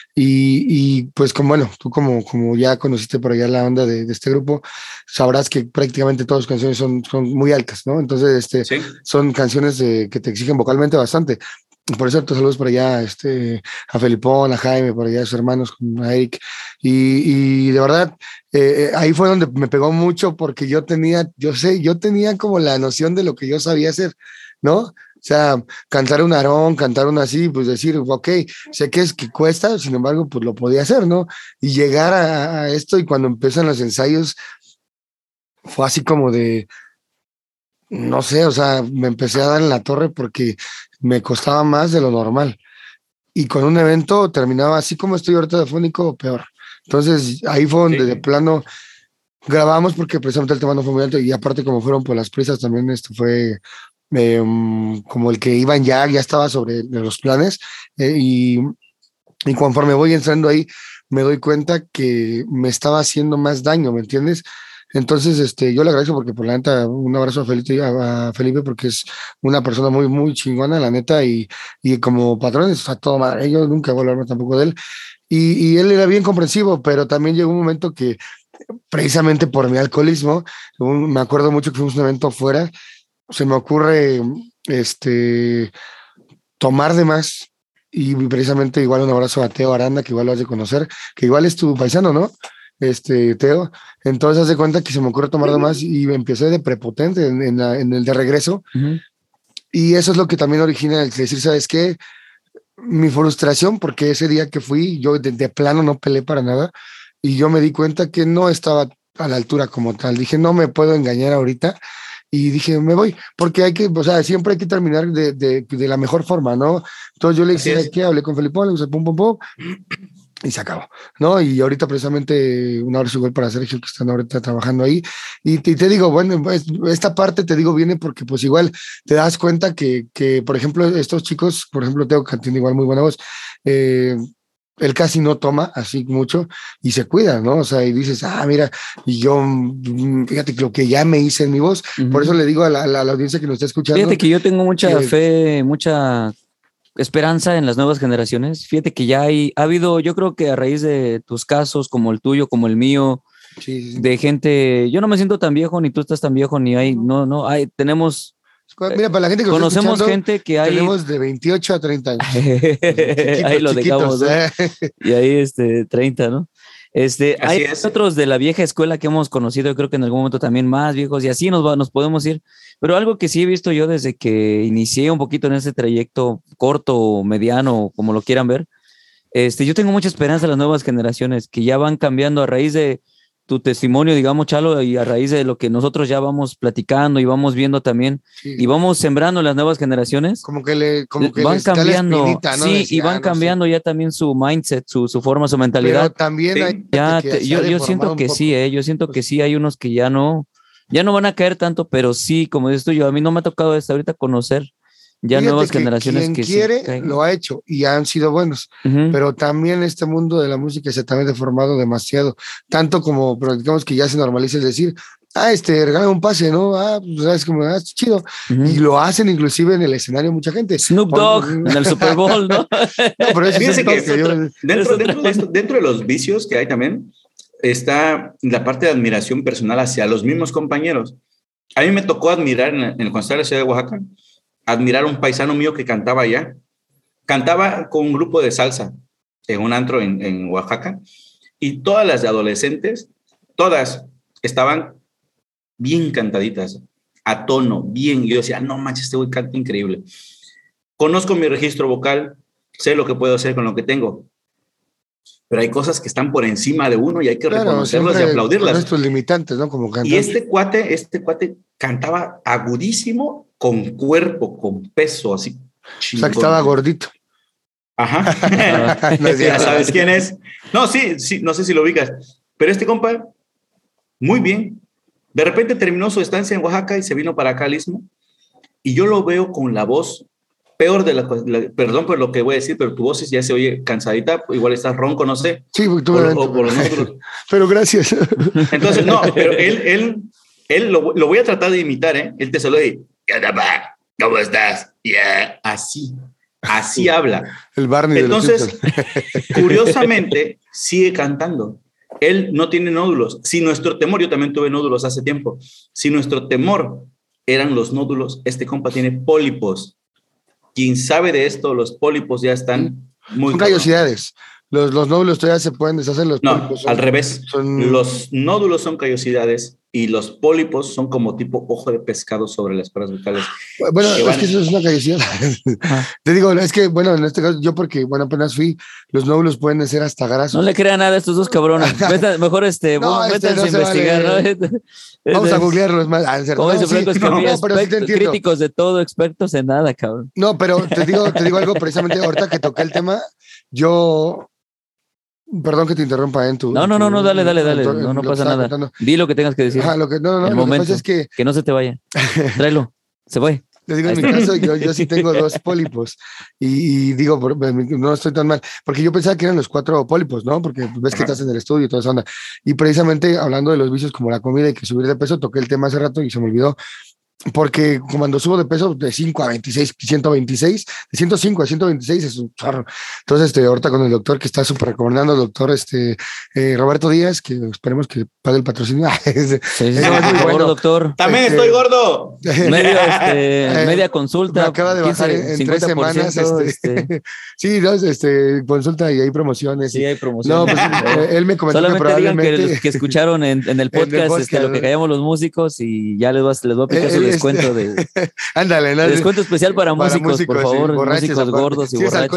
Y pues como bueno, tú como ya conociste por allá la onda de este grupo, sabrás que prácticamente todas las canciones son muy altas, ¿no? Entonces, Sí, son canciones que te exigen vocalmente bastante. Por eso, saludos por allá, a Felipón, a Jaime, por allá a sus hermanos, a Eric. Y de verdad, ahí fue donde me pegó mucho porque yo tenía como la noción de lo que yo sabía hacer, ¿no? O sea, cantar un Aarón, cantar un así, pues decir, ok, sé que es que cuesta, sin embargo, pues lo podía hacer, ¿no? Y llegar a esto y cuando empiezan los ensayos, fue así como de, no sé, o sea, me empecé a dar en la torre porque me costaba más de lo normal. Y con un evento terminaba así como estoy ahorita de fónico o peor. Entonces ahí fue donde de sí. plano grabamos porque precisamente el tema no fue muy alto y aparte como fueron por las prisas también esto fue como el que iban ya estaba sobre los planes eh, y, y conforme voy entrando ahí me doy cuenta que me estaba haciendo más daño, ¿me entiendes? Entonces, yo le agradezco porque por la neta, un abrazo a Felipe porque es una persona muy, muy chingona, la neta, y como patrón es a todo madre. Yo nunca voy a hablarme tampoco de él. Y él era bien comprensivo, pero también llegó un momento que, precisamente por mi alcoholismo, me acuerdo mucho que fuimos a un evento fuera, se me ocurre, tomar de más. Y precisamente igual un abrazo a Teo Aranda, que igual lo has de conocer, que igual es tu paisano, ¿no? Teo. Entonces hace cuenta que se me ocurre tomar de más y me empecé de prepotente en el de regreso. Ujú. Y eso es lo que también origina el decir, ¿sabes qué? Mi frustración, porque ese día que fui, yo de plano no peleé para nada y yo me di cuenta que no estaba a la altura como tal. Dije, no me puedo engañar ahorita y dije, me voy, porque hay que, o sea, siempre hay que terminar de la mejor forma, ¿no? Entonces yo le Así dije, es. ¿qué? Hablé con Felipe, le puse pum, pum, pum, y se acabó, ¿no? Y ahorita precisamente un abrazo igual para Sergio, que están ahorita trabajando ahí. Y te digo, bueno, pues, esta parte te digo viene porque pues igual te das cuenta que por ejemplo, estos chicos, por ejemplo, Teo, que tiene igual muy buena voz, él casi no toma así mucho y se cuida, ¿no? O sea, y dices, mira, y yo, fíjate que lo que ya me hice en mi voz, por eso Ujú. le digo a la audiencia que nos está escuchando, Fíjate que yo tengo mucha que fe, mucha esperanza en las nuevas generaciones. Fíjate que ha habido, yo creo que a raíz de tus casos, como el tuyo, como el mío, sí, sí, sí. de gente, yo no me siento tan viejo, ni tú estás tan viejo, ni hay, no, hay, Mira, para la gente que nos está conocemos escuchando, gente que hay, tenemos de 28 a 30 años. ahí Chiquitos, lo chiquitos. dejamos, ¿no? Y ahí 30, ¿no? Hay Así es. otros de la vieja escuela que hemos conocido, yo creo que en algún momento también más viejos, y así nos podemos ir. Pero algo que sí he visto yo desde que inicié un poquito en este trayecto corto, mediano, como lo quieran ver, yo tengo mucha esperanza en las nuevas generaciones que ya van cambiando a raíz de tu testimonio, digamos, Chalo, y a raíz de lo que nosotros ya vamos platicando y vamos viendo también, y Sí, vamos sembrando en las nuevas generaciones, como que van les da la cambiando, espinita, ¿no? sí, y Decir, van no sé. cambiando ya también su mindset, su forma, su Pero mentalidad. también hay Sí, gente que se ha Yo deformado siento un que sí, poco. yo siento que Pues, sí, hay unos que ya no van a caer tanto, pero sí, como dices tú, a mí no me ha tocado hasta ahorita conocer ya fíjate nuevas que generaciones quien que sí quiere caigan. lo ha hecho y han sido buenos, Ujú. pero también este mundo de la música se ha también deformado demasiado, tanto como, pero digamos que ya se normaliza el decir, regala un pase, ¿no? Pues sabes como, es chido. Y Ujú. lo hacen inclusive en el escenario mucha gente. Snoop Dogg en el Super Bowl, ¿no? No, pero ese es fíjense el que Es toque. otra, es otra. dentro de los vicios que hay también está la parte de admiración personal hacia los mismos compañeros. A mí me tocó admirar cuando estaba en la ciudad de Oaxaca, admirar a un paisano mío que cantaba allá. Cantaba con un grupo de salsa en un antro en Oaxaca, y todas las de adolescentes, todas estaban bien cantaditas, a tono, bien. Y yo decía, no manches, este güey canta increíble. Conozco mi registro vocal, sé lo que puedo hacer con lo que tengo, pero hay cosas que están por encima de uno y hay que reconocerlas y aplaudirlas. Estos limitantes, ¿no? Como cantante. Y este cuate cantaba agudísimo, con cuerpo, con peso, así. Chingón. O sea, que estaba gordito. Ajá. Ya sabes quién es. No, sí, no sé si lo ubicas, pero este compa, muy bien. De repente terminó su estancia en Oaxaca y se vino para acá al Istmo, y yo lo veo con la voz peor perdón por lo que voy a decir, pero tu voz ya se oye cansadita, igual estás ronco, no sé. Sí, tú pero gracias. Entonces, no, pero él lo voy a tratar de imitar, ¿eh? Él te saluda y, ¿qué onda, pa? ¿Cómo estás? Yeah. Así habla. El Barney. Entonces, curiosamente, sigue cantando. Él no tiene nódulos. Si nuestro temor, yo también tuve nódulos hace tiempo, si nuestro temor eran los nódulos, este compa tiene pólipos. Quien sabe de esto, los pólipos ya están muy... Son callosidades. Los nódulos todavía se pueden deshacer. Los pólipos al revés. Los nódulos son callosidades y los pólipos son como tipo ojo de pescado sobre las cuerdas vocales. Bueno, es que eso es una callosidad. Te digo, es que, bueno, en este caso, yo porque, bueno, apenas fui, los nódulos pueden ser hasta grasos. No le crean nada a estos dos cabrones. Mejor métanse a investigar, vale. ¿No? Vamos a googlearlos más. Como dice Franco Escamilla, críticos de todo, expertos en nada, cabrón. No, pero te digo algo precisamente ahorita que toqué el tema, yo... Perdón que te interrumpa en tu... No, dale. No pasa nada. Contando. Di lo que tengas que decir. Lo que pasa es que no se te vaya. Tráelo. Se fue. Te digo, en mi caso, yo sí tengo 2 pólipos y digo, no estoy tan mal, porque yo pensaba que eran los 4 pólipos, ¿no? Porque ves que estás en el estudio y toda esa onda. Y precisamente hablando de los vicios como la comida y que subir de peso, toqué el tema hace rato y se me olvidó. Porque cuando subo de peso de 5 a 26, 126, de 105 a 126 es un chorro. Entonces, ahorita con el doctor que está súper recomendando, el doctor Roberto Díaz, que esperemos que pague el patrocinio. Sí, por favor, doctor. También estoy gordo. Media consulta. Me acaba de bajar en 3 semanas. Sí, consulta y hay promociones. Sí, hay promociones. No, pues él me comentó solamente que probablemente... digan que escucharon en el podcast, lo que callamos los músicos y ya les voy a aplicar su descuento de... Ándale, descuento especial para músicos, por favor, músicos gordos y borrachos.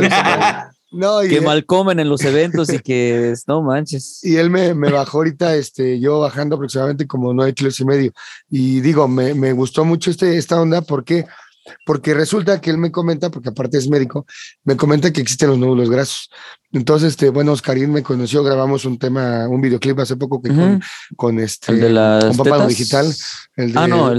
Que mal comen en los eventos y que no manches. Y él me bajó ahorita, yo bajando aproximadamente como 9,5 kilos. Y digo, me gustó mucho esta onda porque resulta que él me comenta, porque aparte es médico, me comenta que existen los nódulos grasos. Entonces, bueno, Oscarín me conoció, grabamos un videoclip hace poco que con el de las con Papá Digital. El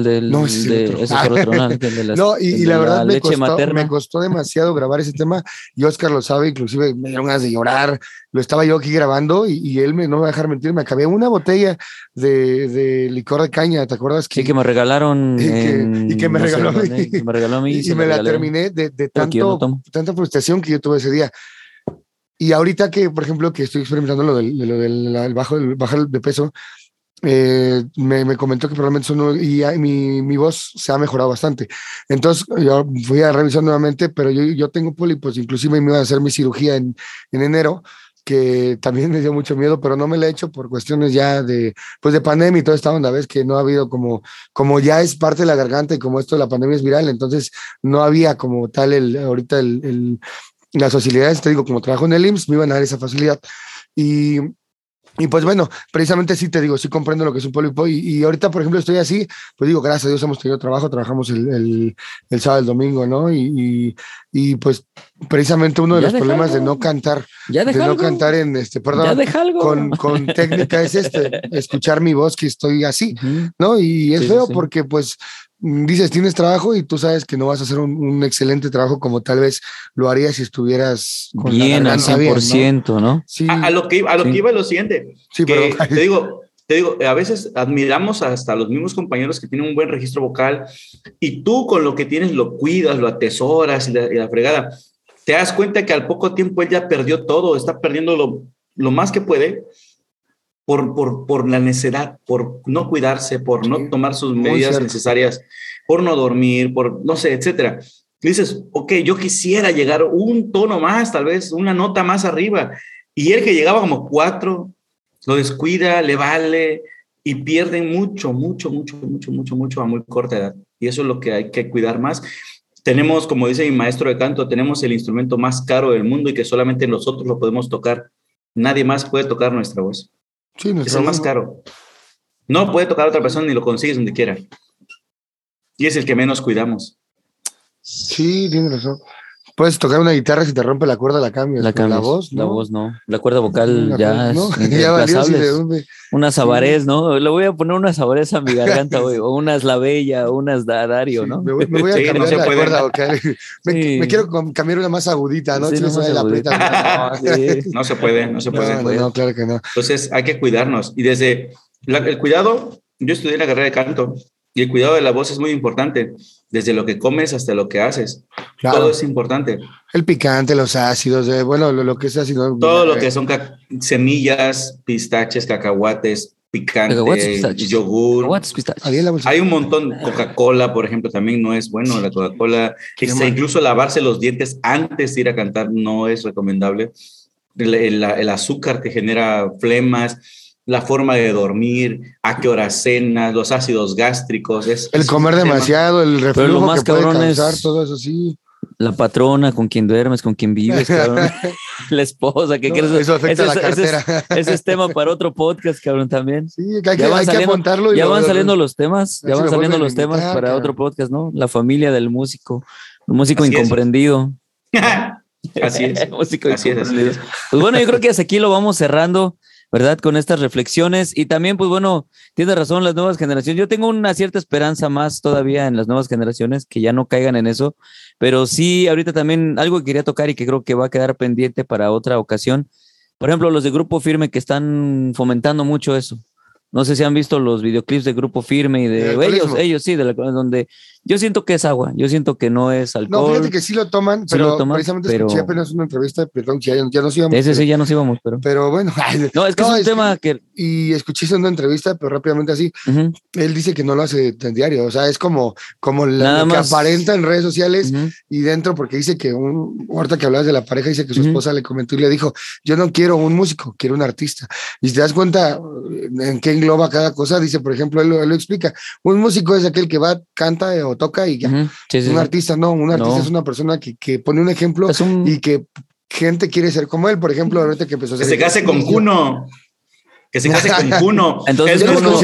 de la verdad me costó demasiado grabar ese tema y Oscar lo sabe, inclusive me dieron ganas de llorar. Lo estaba yo aquí grabando y él no me va a dejar mentir, me acabé una botella de licor de caña, ¿te acuerdas? Sí, que me regalaron. Que me regaló a mí. Y me la terminé de tanta frustración que yo tuve ese día. Y ahorita que, por ejemplo, que estoy experimentando lo del bajar de peso, me comentó que probablemente mi voz se ha mejorado bastante. Entonces yo fui a revisar nuevamente, pero yo tengo pólipos, inclusive me iba a hacer mi cirugía en enero, que también me dio mucho miedo, pero no me la he hecho por cuestiones ya de pandemia y toda esta onda, ves que no ha habido como ya es parte de la garganta y como esto de la pandemia es viral, entonces no había como tal ahorita las facilidades, te digo, como trabajo en el IMSS, me iban a dar esa facilidad. Y pues bueno, precisamente sí te digo, sí comprendo lo que es un pólipo y ahorita, por ejemplo, estoy así, pues digo, gracias a Dios hemos tenido trabajo, trabajamos el sábado, el domingo, ¿no? Y pues precisamente uno de los problemas de no cantar, no cantar con técnica es escuchar mi voz que estoy así, ¿no? Y es feo porque pues dices, tienes trabajo y tú sabes que no vas a hacer un excelente trabajo como tal vez lo harías si estuvieras con bien al 100%, ¿no? Sí. A lo que iba es lo siguiente. Sí, que te digo, a veces admiramos hasta los mismos compañeros que tienen un buen registro vocal y tú con lo que tienes lo cuidas, lo atesoras y la fregada. Te das cuenta que al poco tiempo él ya perdió todo, está perdiendo lo más que puede por la necedad, por no cuidarse, por no tomar sus medidas necesarias, por no dormir, por no sé, etcétera. Y dices, ok, yo quisiera llegar un tono más, tal vez una nota más arriba. Y él que llegaba como 4, lo descuida, le vale y pierden mucho a muy corta edad. Y eso es lo que hay que cuidar más. Tenemos, como dice mi maestro de canto, tenemos el instrumento más caro del mundo y que solamente nosotros lo podemos tocar. Nadie más puede tocar nuestra voz. Sí, es el más caro. No puede tocar a otra persona ni lo consigues donde quiera. Y es el que menos cuidamos. Sí, tienes razón. Puedes tocar una guitarra, si te rompe la cuerda la cambias. La voz, ¿no? La voz no. La cuerda vocal ya ¿no? es Ya valió, sí, una sabarés, ¿no? Le voy a poner una sabarés a mi garganta, güey. O unas la bella, o unas Dario, ¿no? Me voy a cambiar la cuerda vocal. Me quiero cambiar una más agudita, ¿no? Sí, no se la aprieta. No se puede. No, claro que no. Entonces hay que cuidarnos. Y desde el cuidado, yo estudié la carrera de canto y el cuidado de la voz es muy importante. Desde lo que comes hasta lo que haces. Claro. Todo es importante. El picante, los ácidos, lo que es ácido. Todo lo que son semillas, pistaches, cacahuates, picante, yogur. Hay un montón. Coca-Cola, por ejemplo, también no es bueno. La Coca-Cola, incluso lavarse los dientes antes de ir a cantar no es recomendable. El azúcar te genera flemas. La forma de dormir, a qué hora cenas, los ácidos gástricos. El comer demasiado, el reflujo más que puede causar, todo eso sí. La patrona, con quien duermes, con quien vives, cabrón. La esposa, ¿qué crees? Eso afecta a la cartera. Ese es tema para otro podcast, cabrón, también. Sí, hay que apuntarlo. Ya van saliendo los temas, para otro podcast, ¿no? La familia del músico, el músico así incomprendido. Así es. Músico incomprendido. Pues bueno, yo creo que hasta aquí lo vamos cerrando, ¿verdad? Con estas reflexiones y también, pues bueno, tienes razón, las nuevas generaciones. Yo tengo una cierta esperanza más todavía en las nuevas generaciones que ya no caigan en eso, pero sí, ahorita también algo que quería tocar y que creo que va a quedar pendiente para otra ocasión. Por ejemplo, los de Grupo Firme que están fomentando mucho eso. No sé si han visto los videoclips de Grupo Firme y de ellos sí, donde yo siento que es agua, yo siento que no es alcohol. No, fíjate que sí lo toman, precisamente escuché apenas una entrevista, perdón, que ya nos íbamos. Ese sí, ya nos íbamos, pero bueno. No, es que es un tema que... Y escuché una entrevista, pero rápidamente así, él dice que no lo hace en diario, o sea, es como lo que aparenta en redes sociales y dentro, porque dice que ahorita que hablabas de la pareja, dice que su esposa le comentó y le dijo, yo no quiero un músico, quiero un artista. Y si te das cuenta en qué engloba cada cosa, dice, por ejemplo, él lo explica, un músico es aquel que va, canta o toca y ya. Un artista no, artista es una persona que pone un ejemplo y que gente quiere ser como él, por ejemplo, ahorita que empezó a hacer... Que se case con Kuno. Que se case con Kuno. Entonces, Kuno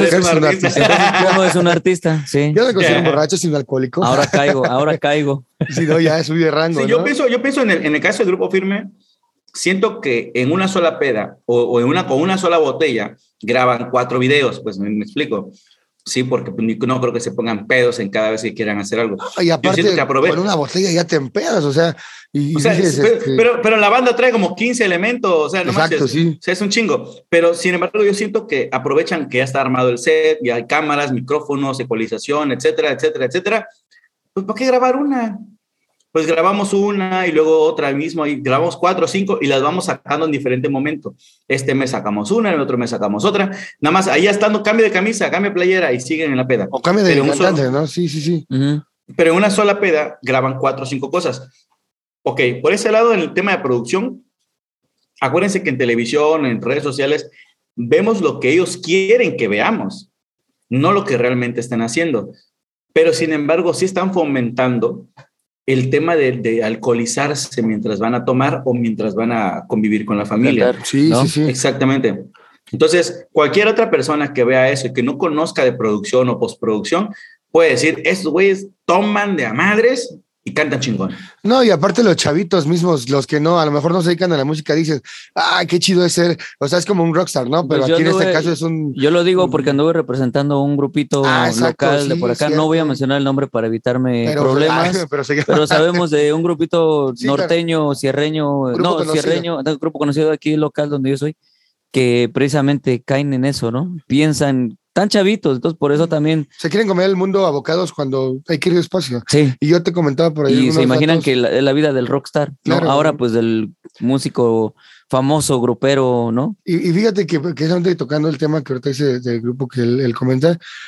es un artista, sí. Yo me considero un borracho sin alcohólico. Ahora caigo. Si no, ya subí de rango, sí, ¿no? Yo pienso en el caso del Grupo Firme, siento que en una sola peda o con una sola botella graban 4 videos, pues me explico. Sí, porque no creo que se pongan pedos en cada vez que quieran hacer algo. Y aparte, con una botella ya te empedas, o sea... pero la banda trae como 15 elementos, o sea, no exacto, sí. O sea, es un chingo. Pero, sin embargo, yo siento que aprovechan que ya está armado el set, ya hay cámaras, micrófonos, ecualización, etcétera. Pues, ¿para qué grabar una? Pues grabamos una y luego otra mismo, y grabamos 4 o 5 y las vamos sacando en diferente momento. Este mes sacamos una, el otro mes sacamos otra. Nada más, ahí estando cambio de camisa, cambio de playera y siguen en la peda. O cambio de cantante, ¿no? Sí. Pero en una sola peda graban 4 o 5 cosas. Ok, por ese lado, en el tema de producción, acuérdense que en televisión, en redes sociales, vemos lo que ellos quieren que veamos, no lo que realmente están haciendo. Pero, sin embargo, sí están fomentando el tema de alcoholizarse mientras van a tomar o mientras van a convivir con la familia. Sí, ¿no? Sí. Exactamente. Entonces, cualquier otra persona que vea eso y que no conozca de producción o postproducción, puede decir, estos güeyes toman de a madres y cantan chingón. No, y aparte los chavitos mismos, los que no, a lo mejor no se dedican a la música, dicen, qué chido es ser, o sea, es como un rockstar, ¿no? Pero pues aquí en este caso es un... Yo lo digo porque anduve representando un grupito local de por acá, no voy a mencionar el nombre para evitarme problemas, pero sabemos de un grupito norteño, sierreño, un grupo conocido aquí local donde yo soy, que precisamente caen en eso, ¿no? Piensan... Tan chavitos, entonces por eso también... Se quieren comer el mundo abocados cuando hay que ir despacio. Sí. Y yo te comentaba por ahí... Y se imaginan que la vida del rockstar, ¿no? Claro, ahora pues del músico famoso, grupero, ¿no? Y fíjate que precisamente tocando el tema que ahorita dice del grupo que él comenta,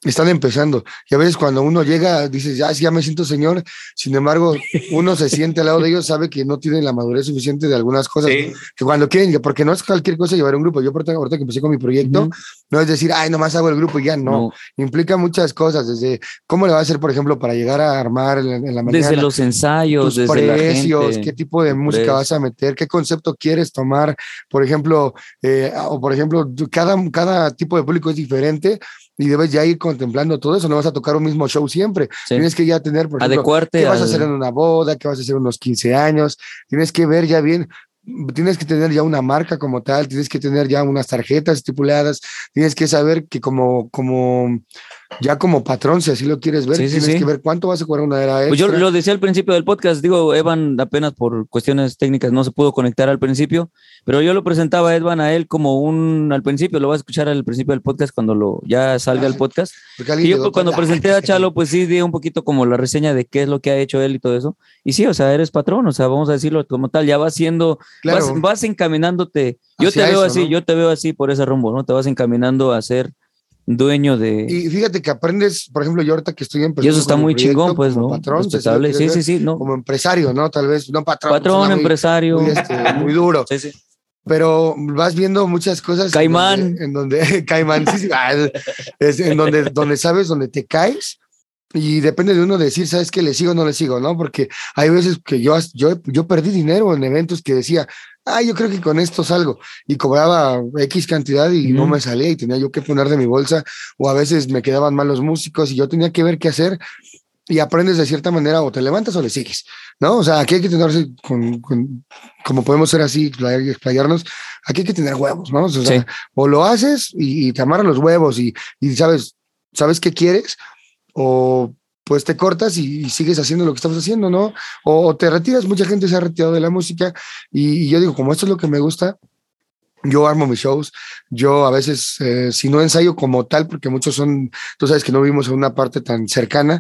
están empezando. Y a veces cuando uno llega, dices, ya me siento señor. Sin embargo, uno se siente al lado de ellos, sabe que no tienen la madurez suficiente de algunas cosas. Sí. Que cuando quieren, porque no es cualquier cosa llevar un grupo. Yo ahorita que empecé con mi proyecto, no es decir, nomás hago el grupo y ya, no. Implica muchas cosas, desde cómo le va a hacer, por ejemplo, para llegar a armar en la mañana. Desde los ensayos, tus desde precios, la gente, qué tipo de música vas a meter, qué concepto quieres tomar. Por ejemplo, cada tipo de público es diferente. Y debes ya ir contemplando todo eso, no vas a tocar un mismo show siempre. Sí. Tienes que ya tener, por ejemplo, adecuarte qué vas a hacer en una boda, qué vas a hacer en unos 15 años. Tienes que ver ya bien, tienes que tener ya una marca como tal, tienes que tener ya unas tarjetas estipuladas, tienes que saber que como patrón, si así lo quieres ver, tienes que ver cuánto vas a cobrar una era extra. Pues yo lo decía al principio del podcast, Evan apenas por cuestiones técnicas no se pudo conectar al principio, pero yo lo presentaba a Evan a él como al principio, lo vas a escuchar al principio del podcast cuando ya salga el podcast. Y yo cuando presenté a Chalo, pues sí di un poquito como la reseña de qué es lo que ha hecho él y todo eso. Y sí, o sea, eres patrón, o sea, vamos a decirlo como tal, ya vas siendo, claro, vas encaminándote. Yo te veo así, ¿no? Yo te veo así por ese rumbo, ¿no? Te vas encaminando a ser dueño de... Y fíjate que aprendes, por ejemplo, yo ahorita que estoy empezando. Y eso está muy chingón, pues, ¿no? Patrón, respetable. Sí, ¿no? Como empresario, ¿no? Tal vez, no patrón. Patrón, empresario. Muy duro. Sí. Pero vas viendo muchas cosas. Caimán. En donde Caimán, sí. Es en donde sabes, donde te caes. Y depende de uno decir, ¿sabes qué? ¿Le sigo o no le sigo? ¿No? Porque hay veces que yo perdí dinero en eventos que decía, yo creo que con esto salgo. Y cobraba X cantidad y no me salía y tenía yo que poner de mi bolsa. O a veces me quedaban mal los músicos y yo tenía que ver qué hacer. Y aprendes de cierta manera, o te levantas o le sigues, ¿no? O sea, aquí hay que tenerse como podemos ser así, explayarnos, aquí hay que tener huevos, ¿no? O sea, o lo haces y te amarran los huevos y sabes qué quieres, o pues te cortas y sigues haciendo lo que estabas haciendo, ¿no? O te retiras. Mucha gente se ha retirado de la música y yo digo, como esto es lo que me gusta, yo armo mis shows. Yo a veces, si no ensayo como tal, porque muchos tú sabes que no vivimos en una parte tan cercana,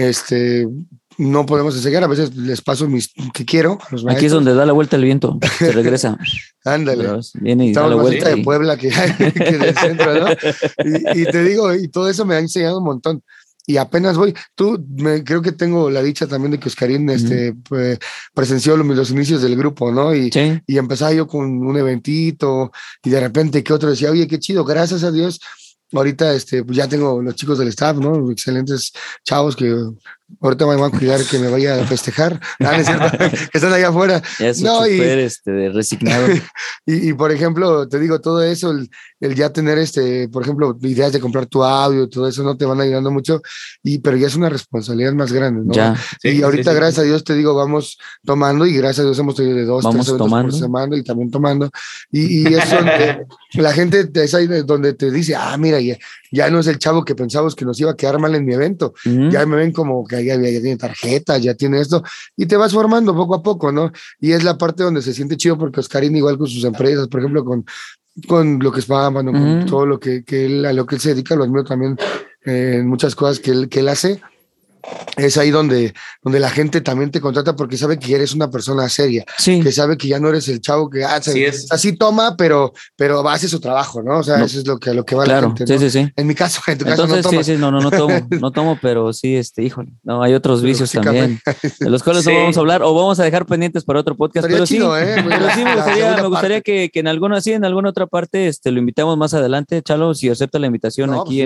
no podemos ensayar. A veces les paso que quiero a los maestros. Aquí es donde da la vuelta el viento, se regresa. Ándale. Viene y da la vuelta. De Puebla que del centro, ¿no? Y te digo, y todo eso me ha enseñado un montón. Y apenas voy. Creo que tengo la dicha también de que Oscarín presenció los inicios del grupo, ¿no? Y empezaba yo con un eventito y de repente que otro decía, oye, qué chido, gracias a Dios. Ahorita pues ya tengo los chicos del staff, ¿no? Excelentes chavos que ahorita me van a cuidar que me vaya a festejar. No es cierto, que están allá afuera. Ya es súper resignado. y por ejemplo, te digo, todo eso, el ya tener por ejemplo, ideas de comprar tu audio, todo eso no te van ayudando mucho, pero ya es una responsabilidad más grande, ¿no? Ya. Y ahorita, gracias a Dios, te digo, vamos tomando y gracias a Dios hemos tenido de 2, 3 eventos por semana y también tomando. Y eso donde la gente es ahí donde te dice, mira, ya no es el chavo que pensábamos que nos iba a quedar mal en mi evento. Ya me ven como que ya tiene tarjeta, ya tiene esto, y te vas formando poco a poco, ¿no? Y es la parte donde se siente chido porque Oscarín igual con sus empresas, por ejemplo, con lo que es Bamba, ¿no? Con todo lo que a lo que él se dedica, lo admiro también en muchas cosas que él hace. Es ahí donde la gente también te contrata porque sabe que eres una persona seria, que sabe que ya no eres el chavo que así toma, pero hace su trabajo, ¿no? O sea, eso es lo que va la gente, ¿no? Sí. En mi caso, en tu caso entonces, no tomas. no tomo, pero sí, híjole, no, hay otros vicios también, de los cuales no vamos a hablar o vamos a dejar pendientes para otro podcast, pero chido, pero sí me gustaría que en alguna otra parte lo invitamos más adelante, Chalo, si acepta la invitación aquí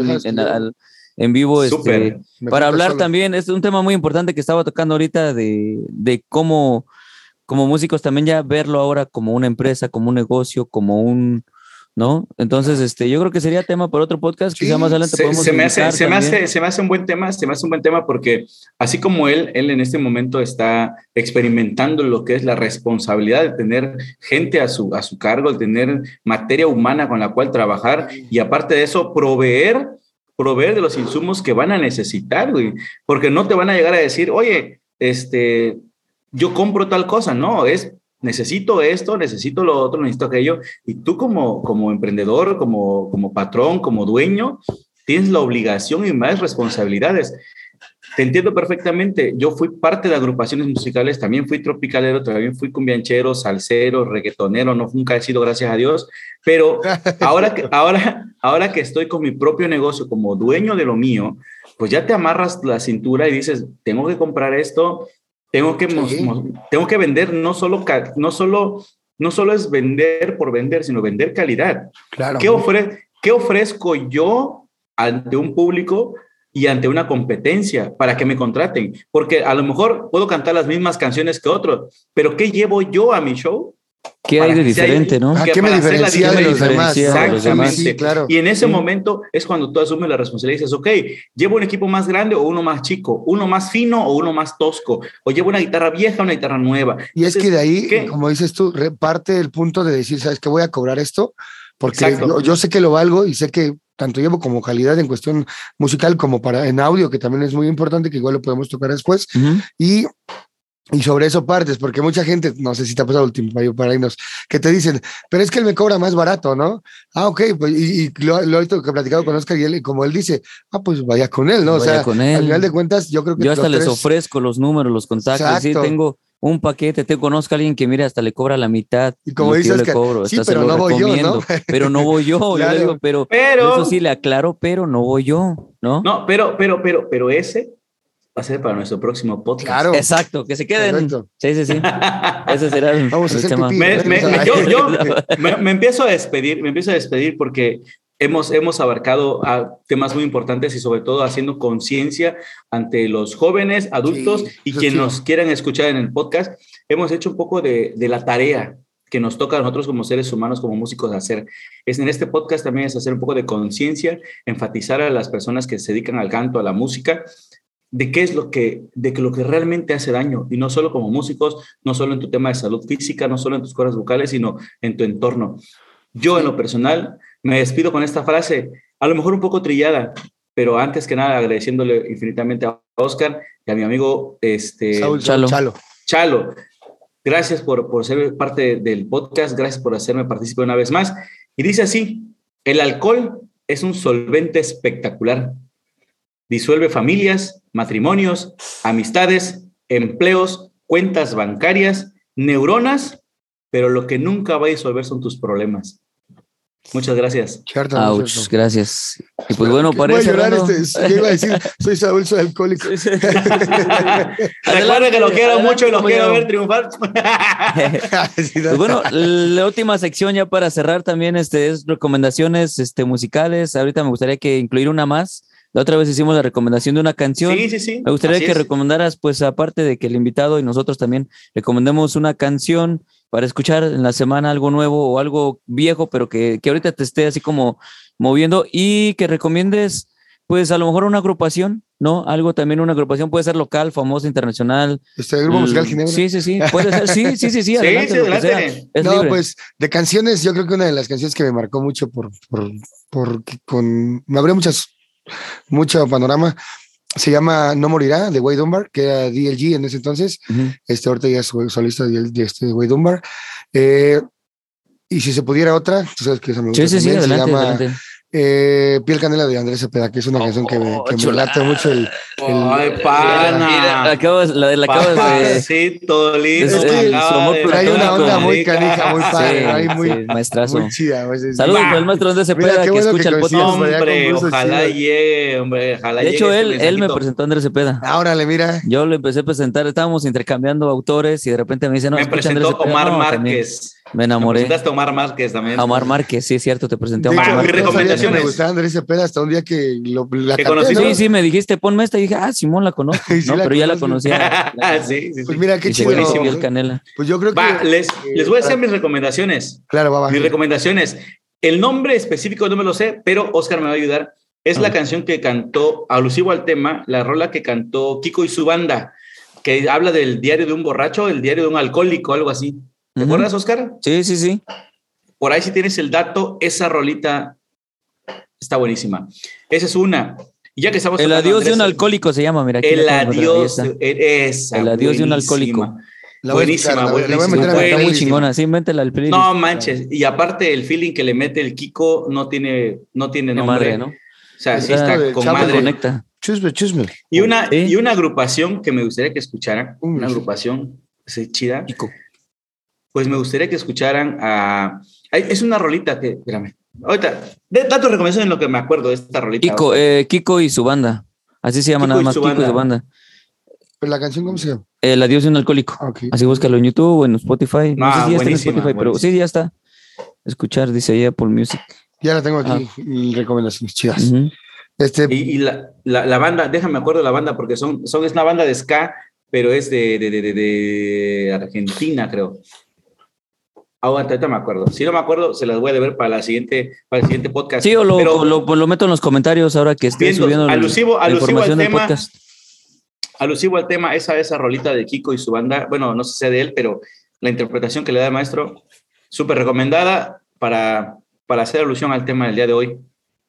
en vivo, para hablar también, es un tema muy importante que estaba tocando ahorita de cómo como músicos también ya verlo ahora como una empresa, como un negocio, ¿no? Entonces, yo creo que sería tema para otro podcast, quizá más adelante podemos se me hace un buen tema porque así como él en este momento está experimentando lo que es la responsabilidad de tener gente a su cargo, de tener materia humana con la cual trabajar y aparte de eso proveer de los insumos que van a necesitar, güey, porque no te van a llegar a decir, oye, yo compro tal cosa, no, necesito esto, necesito lo otro, necesito aquello, y tú como emprendedor, como patrón, como dueño, tienes la obligación y más responsabilidades. Te entiendo perfectamente. Yo fui parte de agrupaciones musicales, también fui tropicalero, también fui cumbianchero, salsero, reggaetonero, no, nunca he sido, gracias a Dios, pero ahora que estoy con mi propio negocio como dueño de lo mío, pues ya te amarras la cintura y dices, tengo que comprar esto, tengo que vender, no solo es vender por vender, sino vender calidad. Claro. ¿Qué ofrezco yo ante un público y ante una competencia para que me contraten? Porque a lo mejor puedo cantar las mismas canciones que otros, pero ¿qué llevo yo a mi show? ¿Qué hay de diferente, no? ¿Qué me diferencia de los demás? Exactamente. Sí, claro. Y en ese momento es cuando tú asumes la responsabilidad y dices, ok, ¿llevo un equipo más grande o uno más chico? ¿Uno más fino o uno más tosco? ¿O llevo una guitarra vieja o una guitarra nueva? Y es que de ahí, como dices tú, parte el punto de decir, ¿sabes qué? Voy a cobrar esto porque yo sé que lo valgo y sé que tanto llevo como calidad en cuestión musical como en audio, que también es muy importante, que igual lo podemos tocar después. Y sobre eso partes, porque mucha gente, no sé si te ha pasado último para irnos, que te dicen, pero es que él me cobra más barato, ¿no? Ah, ok, pues, y lo he platicado con Oscar y él, como él dice, pues vaya con él, ¿no? Vaya con él. Al final de cuentas, yo creo que yo hasta les ofrezco los números, los contactos. Exacto. Sí, tengo un paquete, te conozco a alguien que, mira, hasta le cobra la mitad. Y como dices, yo le cobro, sí, pero no voy yo, ¿no? Pero no voy yo, claro. Yo le digo, pero eso sí le aclaro, pero no voy yo, ¿no? No, pero ese va a ser para nuestro próximo podcast. Claro. Exacto, que se queden. Perfecto. Sí. Ese será el tema. Me empiezo a despedir porque hemos abarcado temas muy importantes y sobre todo haciendo conciencia ante los jóvenes, adultos y quienes nos quieran escuchar en el podcast. Hemos hecho un poco de la tarea que nos toca a nosotros como seres humanos, como músicos, hacer. En este podcast también es hacer un poco de conciencia, enfatizar a las personas que se dedican al canto, a la música, de qué es lo que realmente hace daño, y no solo como músicos, no solo en tu tema de salud física, no solo en tus cuerdas vocales, sino en tu entorno. Yo, en lo personal, me despido con esta frase, a lo mejor un poco trillada, pero antes que nada agradeciéndole infinitamente a Oscar y a mi amigo Chalo. Gracias por ser parte del podcast, gracias por hacerme partícipe una vez más. Y dice así, el alcohol es un solvente espectacular. Disuelve familias, matrimonios, amistades, empleos, cuentas bancarias, neuronas, pero lo que nunca va a disolver son tus problemas. Muchas gracias. Ouch, gracias. Y pues bueno, parece. ¿Qué iba a decir? Soy Saúl, soy alcohólico. Recuerda que lo quiero mucho y lo quiero ver triunfar. Pues bueno, la última sección ya para cerrar también es recomendaciones musicales. Ahorita me gustaría que incluir una más. La otra vez hicimos la recomendación de una canción. Sí. Me gustaría que recomendaras, pues aparte de que el invitado y nosotros también recomendemos una canción para escuchar en la semana, algo nuevo o algo viejo, pero que ahorita te esté así como moviendo, y que recomiendes, pues a lo mejor una agrupación, ¿no? Algo también, una agrupación puede ser local, famosa, internacional. Grupo musical Ginebra. Sí, puede ser, sí, adelante. No, libre. Pues de canciones, yo creo que una de las canciones que me marcó mucho me abrió mucho panorama, se llama No Morirá, de Wade Dunbar, que era DLG en ese entonces. Ahorita ya es solista de Wade Dunbar. Y si se pudiera otra, tú sabes que esa me gusta también, adelante, se llama adelante. Piel Canela de Andrés Cepeda, que es una canción que me late mucho ¡Ay, pana! La acabas de... Sí, todo lindo. Hay una onda muy canija, muy padre. Sí, maestrazo. Muy chida. Saludos para el maestro Andrés Cepeda, que escucha el podcast. Hombre, ojalá llegue, hombre. De hecho, él me presentó a Andrés Cepeda. Órale, mira. Yo le empecé a presentar, estábamos intercambiando autores y de repente me dice, no, me presentó Omar Márquez. Me enamoré. Me presentaste a Omar Márquez también. A Omar Márquez, sí, es cierto, te presenté a Omar Márquez. Mi recomendación me gustaba Andrés Cepeda hasta un día que la canté, ¿no? Sí, me dijiste, ponme esta, y dije, Simón, la conozco, ¿no? Pero ya la conocía. Sí. Pues mira, qué chido. El Canela. Pues yo creo que... Les voy a hacer mis recomendaciones. Claro, va. Mis recomendaciones. El nombre específico no me lo sé, pero Oscar me va a ayudar. Es la canción que cantó, alusivo al tema, la rola que cantó Kiko y su banda, que habla del diario de un borracho, el diario de un alcohólico, algo así. ¿Te acuerdas, Oscar? Sí. Por ahí si tienes el dato, esa rolita está buenísima. Esa es una. Y ya que estamos el adiós de un alcohólico se llama, mira. El adiós de un alcohólico. Buenísima. Está muy chingona, sí, métela al playlist. No manches, y aparte el feeling que le mete el Kiko no tiene nombre, madre, ¿no? O sea, sí está con madre. Conecta. Chusme. Y una agrupación que me gustaría que escucharan, una agrupación chida, Kiko. pues me gustaría que escucharan es una rolita que, espérame, ahorita, da tu recomendación en lo que me acuerdo de esta rolita. Kiko y su banda, así se llama Kiko nada y más, su Kiko y su banda. ¿Pero la canción cómo se llama? El adiós de un alcohólico. Okay. Así búscalo en YouTube o en Spotify. No sé si ya está en Spotify, pero sí, ya está. Escuchar, dice ahí Apple Music. Ya la tengo aquí, recomendaciones chidas. Uh-huh. Y la banda, déjame acuerdo de la banda, porque es una banda de ska, pero es de Argentina, creo. Ahorita me acuerdo. Si no me acuerdo, se las voy a deber para el siguiente podcast. Sí, o lo meto en los comentarios ahora que esté subiendo alusivo la información al del podcast. Alusivo al tema, esa rolita de Kiko y su banda, bueno, no sé si sea de él, pero la interpretación que le da el maestro, súper recomendada para hacer alusión al tema del día de hoy.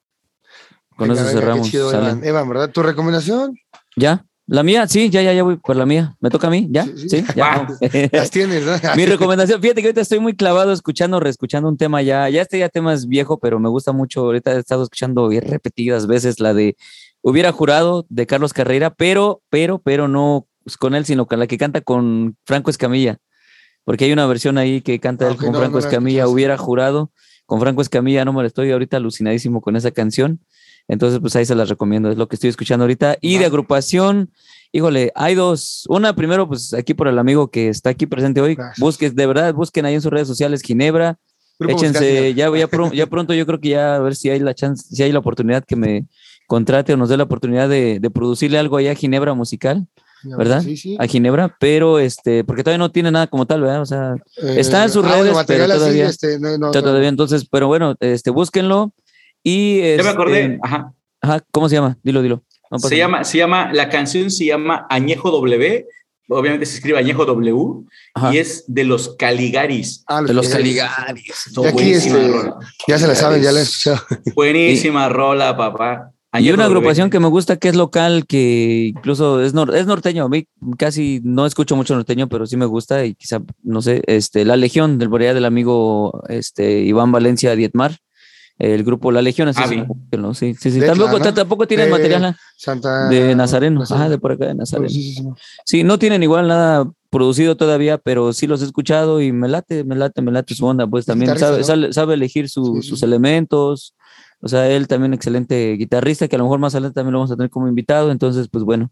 Con eso cerramos. Chido, Evan, ¿verdad? ¿Tu recomendación? ¿Ya? ¿La mía? Sí, ya voy por la mía. ¿Me toca a mí? ¿Ya? Sí, ya. Las tienes, ¿no? Mi recomendación, fíjate que ahorita estoy muy clavado reescuchando un tema ya tema es viejo, pero me gusta mucho. Ahorita he estado escuchando repetidas veces la de Hubiera Jurado de Carlos Carreira, pero no con él, sino con la que canta con Franco Escamilla, porque hay una versión ahí que canta él con Franco Escamilla, Hubiera Jurado, con Franco Escamilla, no me lo estoy ahorita alucinadísimo con esa canción. Entonces, pues ahí se las recomiendo, es lo que estoy escuchando ahorita. Y de agrupación, híjole, hay dos. Una, primero, pues aquí por el amigo que está aquí presente hoy. Busquen ahí en sus redes sociales Ginebra. Grupo échense, ya pronto yo creo que ya a ver si hay la chance, si hay la oportunidad que me contrate o nos dé la oportunidad de producirle algo allá a Ginebra musical, ¿verdad? Sí. A Ginebra, pero porque todavía no tiene nada como tal, ¿verdad? O sea, está en sus redes, pero todavía, todavía. Entonces, pero bueno, búsquenlo. Y ya me acordé, ¿cómo se llama? Dilo. No la canción se llama Añejo W, obviamente se escribe Añejo W, y es de los Caligaris. De los Caligaris. Y aquí ya se la saben, ya la he escuchado. Buenísima rola, papá. Y una agrupación que me gusta, que es local, que incluso es norteño. A mí casi no escucho mucho norteño, pero sí me gusta y quizá, no sé, La Legión, del amigo Iván Valencia Dietmar. El grupo La Legión, así sí. Tampoco tienen material de Nazareno. De por acá de Nazareno. Sí, no tienen igual nada producido todavía, pero sí los he escuchado y me late su onda, pues también sabe elegir sus elementos. O sea, él también excelente guitarrista, que a lo mejor más adelante también lo vamos a tener como invitado. Entonces, pues bueno,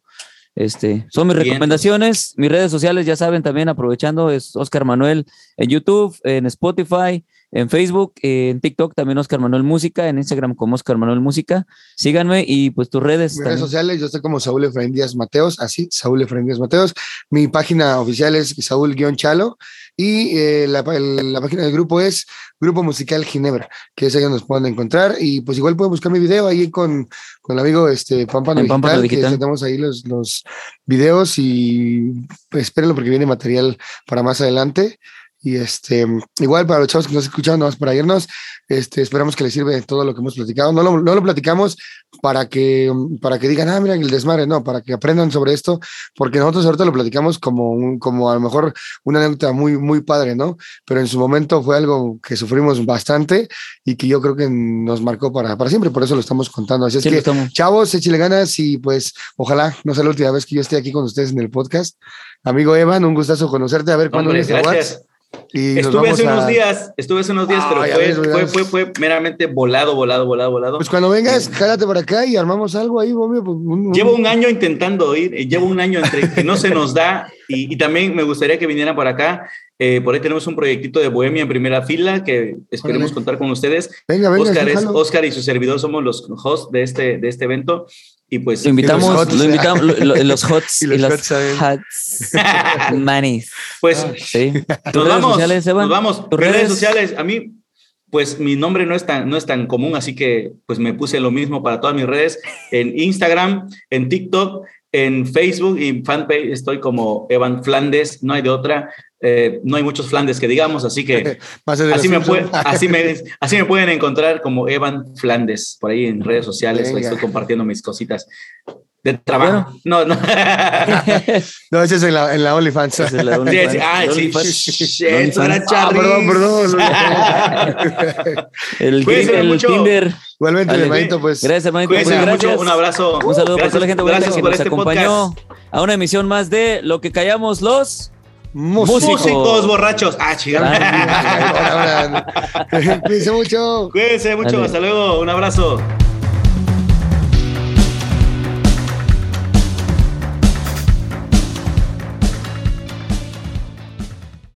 son mis recomendaciones. Mis redes sociales, ya saben, también aprovechando, es Oscar Manuel en YouTube, en Spotify, en Facebook, en TikTok también Oscar Manuel Música, en Instagram como Oscar Manuel Música. Síganme y pues tus redes. Mis redes sociales, yo estoy como Saúl Efraín Díaz Mateos, así, Saúl Efraín Díaz Mateos. Mi página oficial es Saúl-Chalo y la página del grupo es Grupo Musical Ginebra, que es ahí donde nos pueden encontrar y pues igual pueden buscar mi video ahí con el amigo Pámpano Digital, que tenemos ahí los videos y pues, espérenlo porque viene material para más adelante. Y igual para los chavos que nos escuchan, nada más para irnos, esperamos que les sirve todo lo que hemos platicado. No lo platicamos para que digan, mira el desmadre, no, para que aprendan sobre esto, porque nosotros ahorita lo platicamos como a lo mejor una anécdota muy, muy padre, ¿no? Pero en su momento fue algo que sufrimos bastante y que yo creo que nos marcó para siempre, por eso lo estamos contando. Así es que, chavos, échale ganas y pues ojalá no sea la última vez que yo esté aquí con ustedes en el podcast. Amigo Evan, un gustazo conocerte, a ver cuándo vienes a WhatsApp. Estuve hace unos días, pero fue meramente volado. Pues cuando vengas, jálate para acá y armamos algo ahí, Bomio. Llevo un año intentando ir, llevo un año entre que no se nos da y también me gustaría que vinieran por acá. Por ahí tenemos un proyectito de Bohemia en primera fila que esperemos contar con ustedes. Venga, Oscar y su servidor somos los hosts de este evento. Y pues lo invitamos los hots y los hots manis. Pues nos vamos. ¿Tus redes sociales? A mí, pues mi nombre no es tan común, así que pues me puse lo mismo para todas mis redes. En Instagram, en TikTok, en Facebook y fanpage estoy como Evan Flandes, no hay de otra. no hay muchos Flandes que digamos, así que así así me pueden encontrar como Evan Flandes por ahí en redes sociales. Ahí estoy compartiendo mis cositas de trabajo. Bueno. No. No, ese es en la OnlyFans. Sí, eso era Charly. Perdón. el Tinder. Igualmente, hermanito, pues. Gracias, hermanito. Pues, gracias. Un abrazo. Un saludo para toda la gente gracias que por nos acompañó podcast. a una emisión más de Lo que callamos los músicos borrachos. Cuídense mucho. Hasta luego. Un abrazo.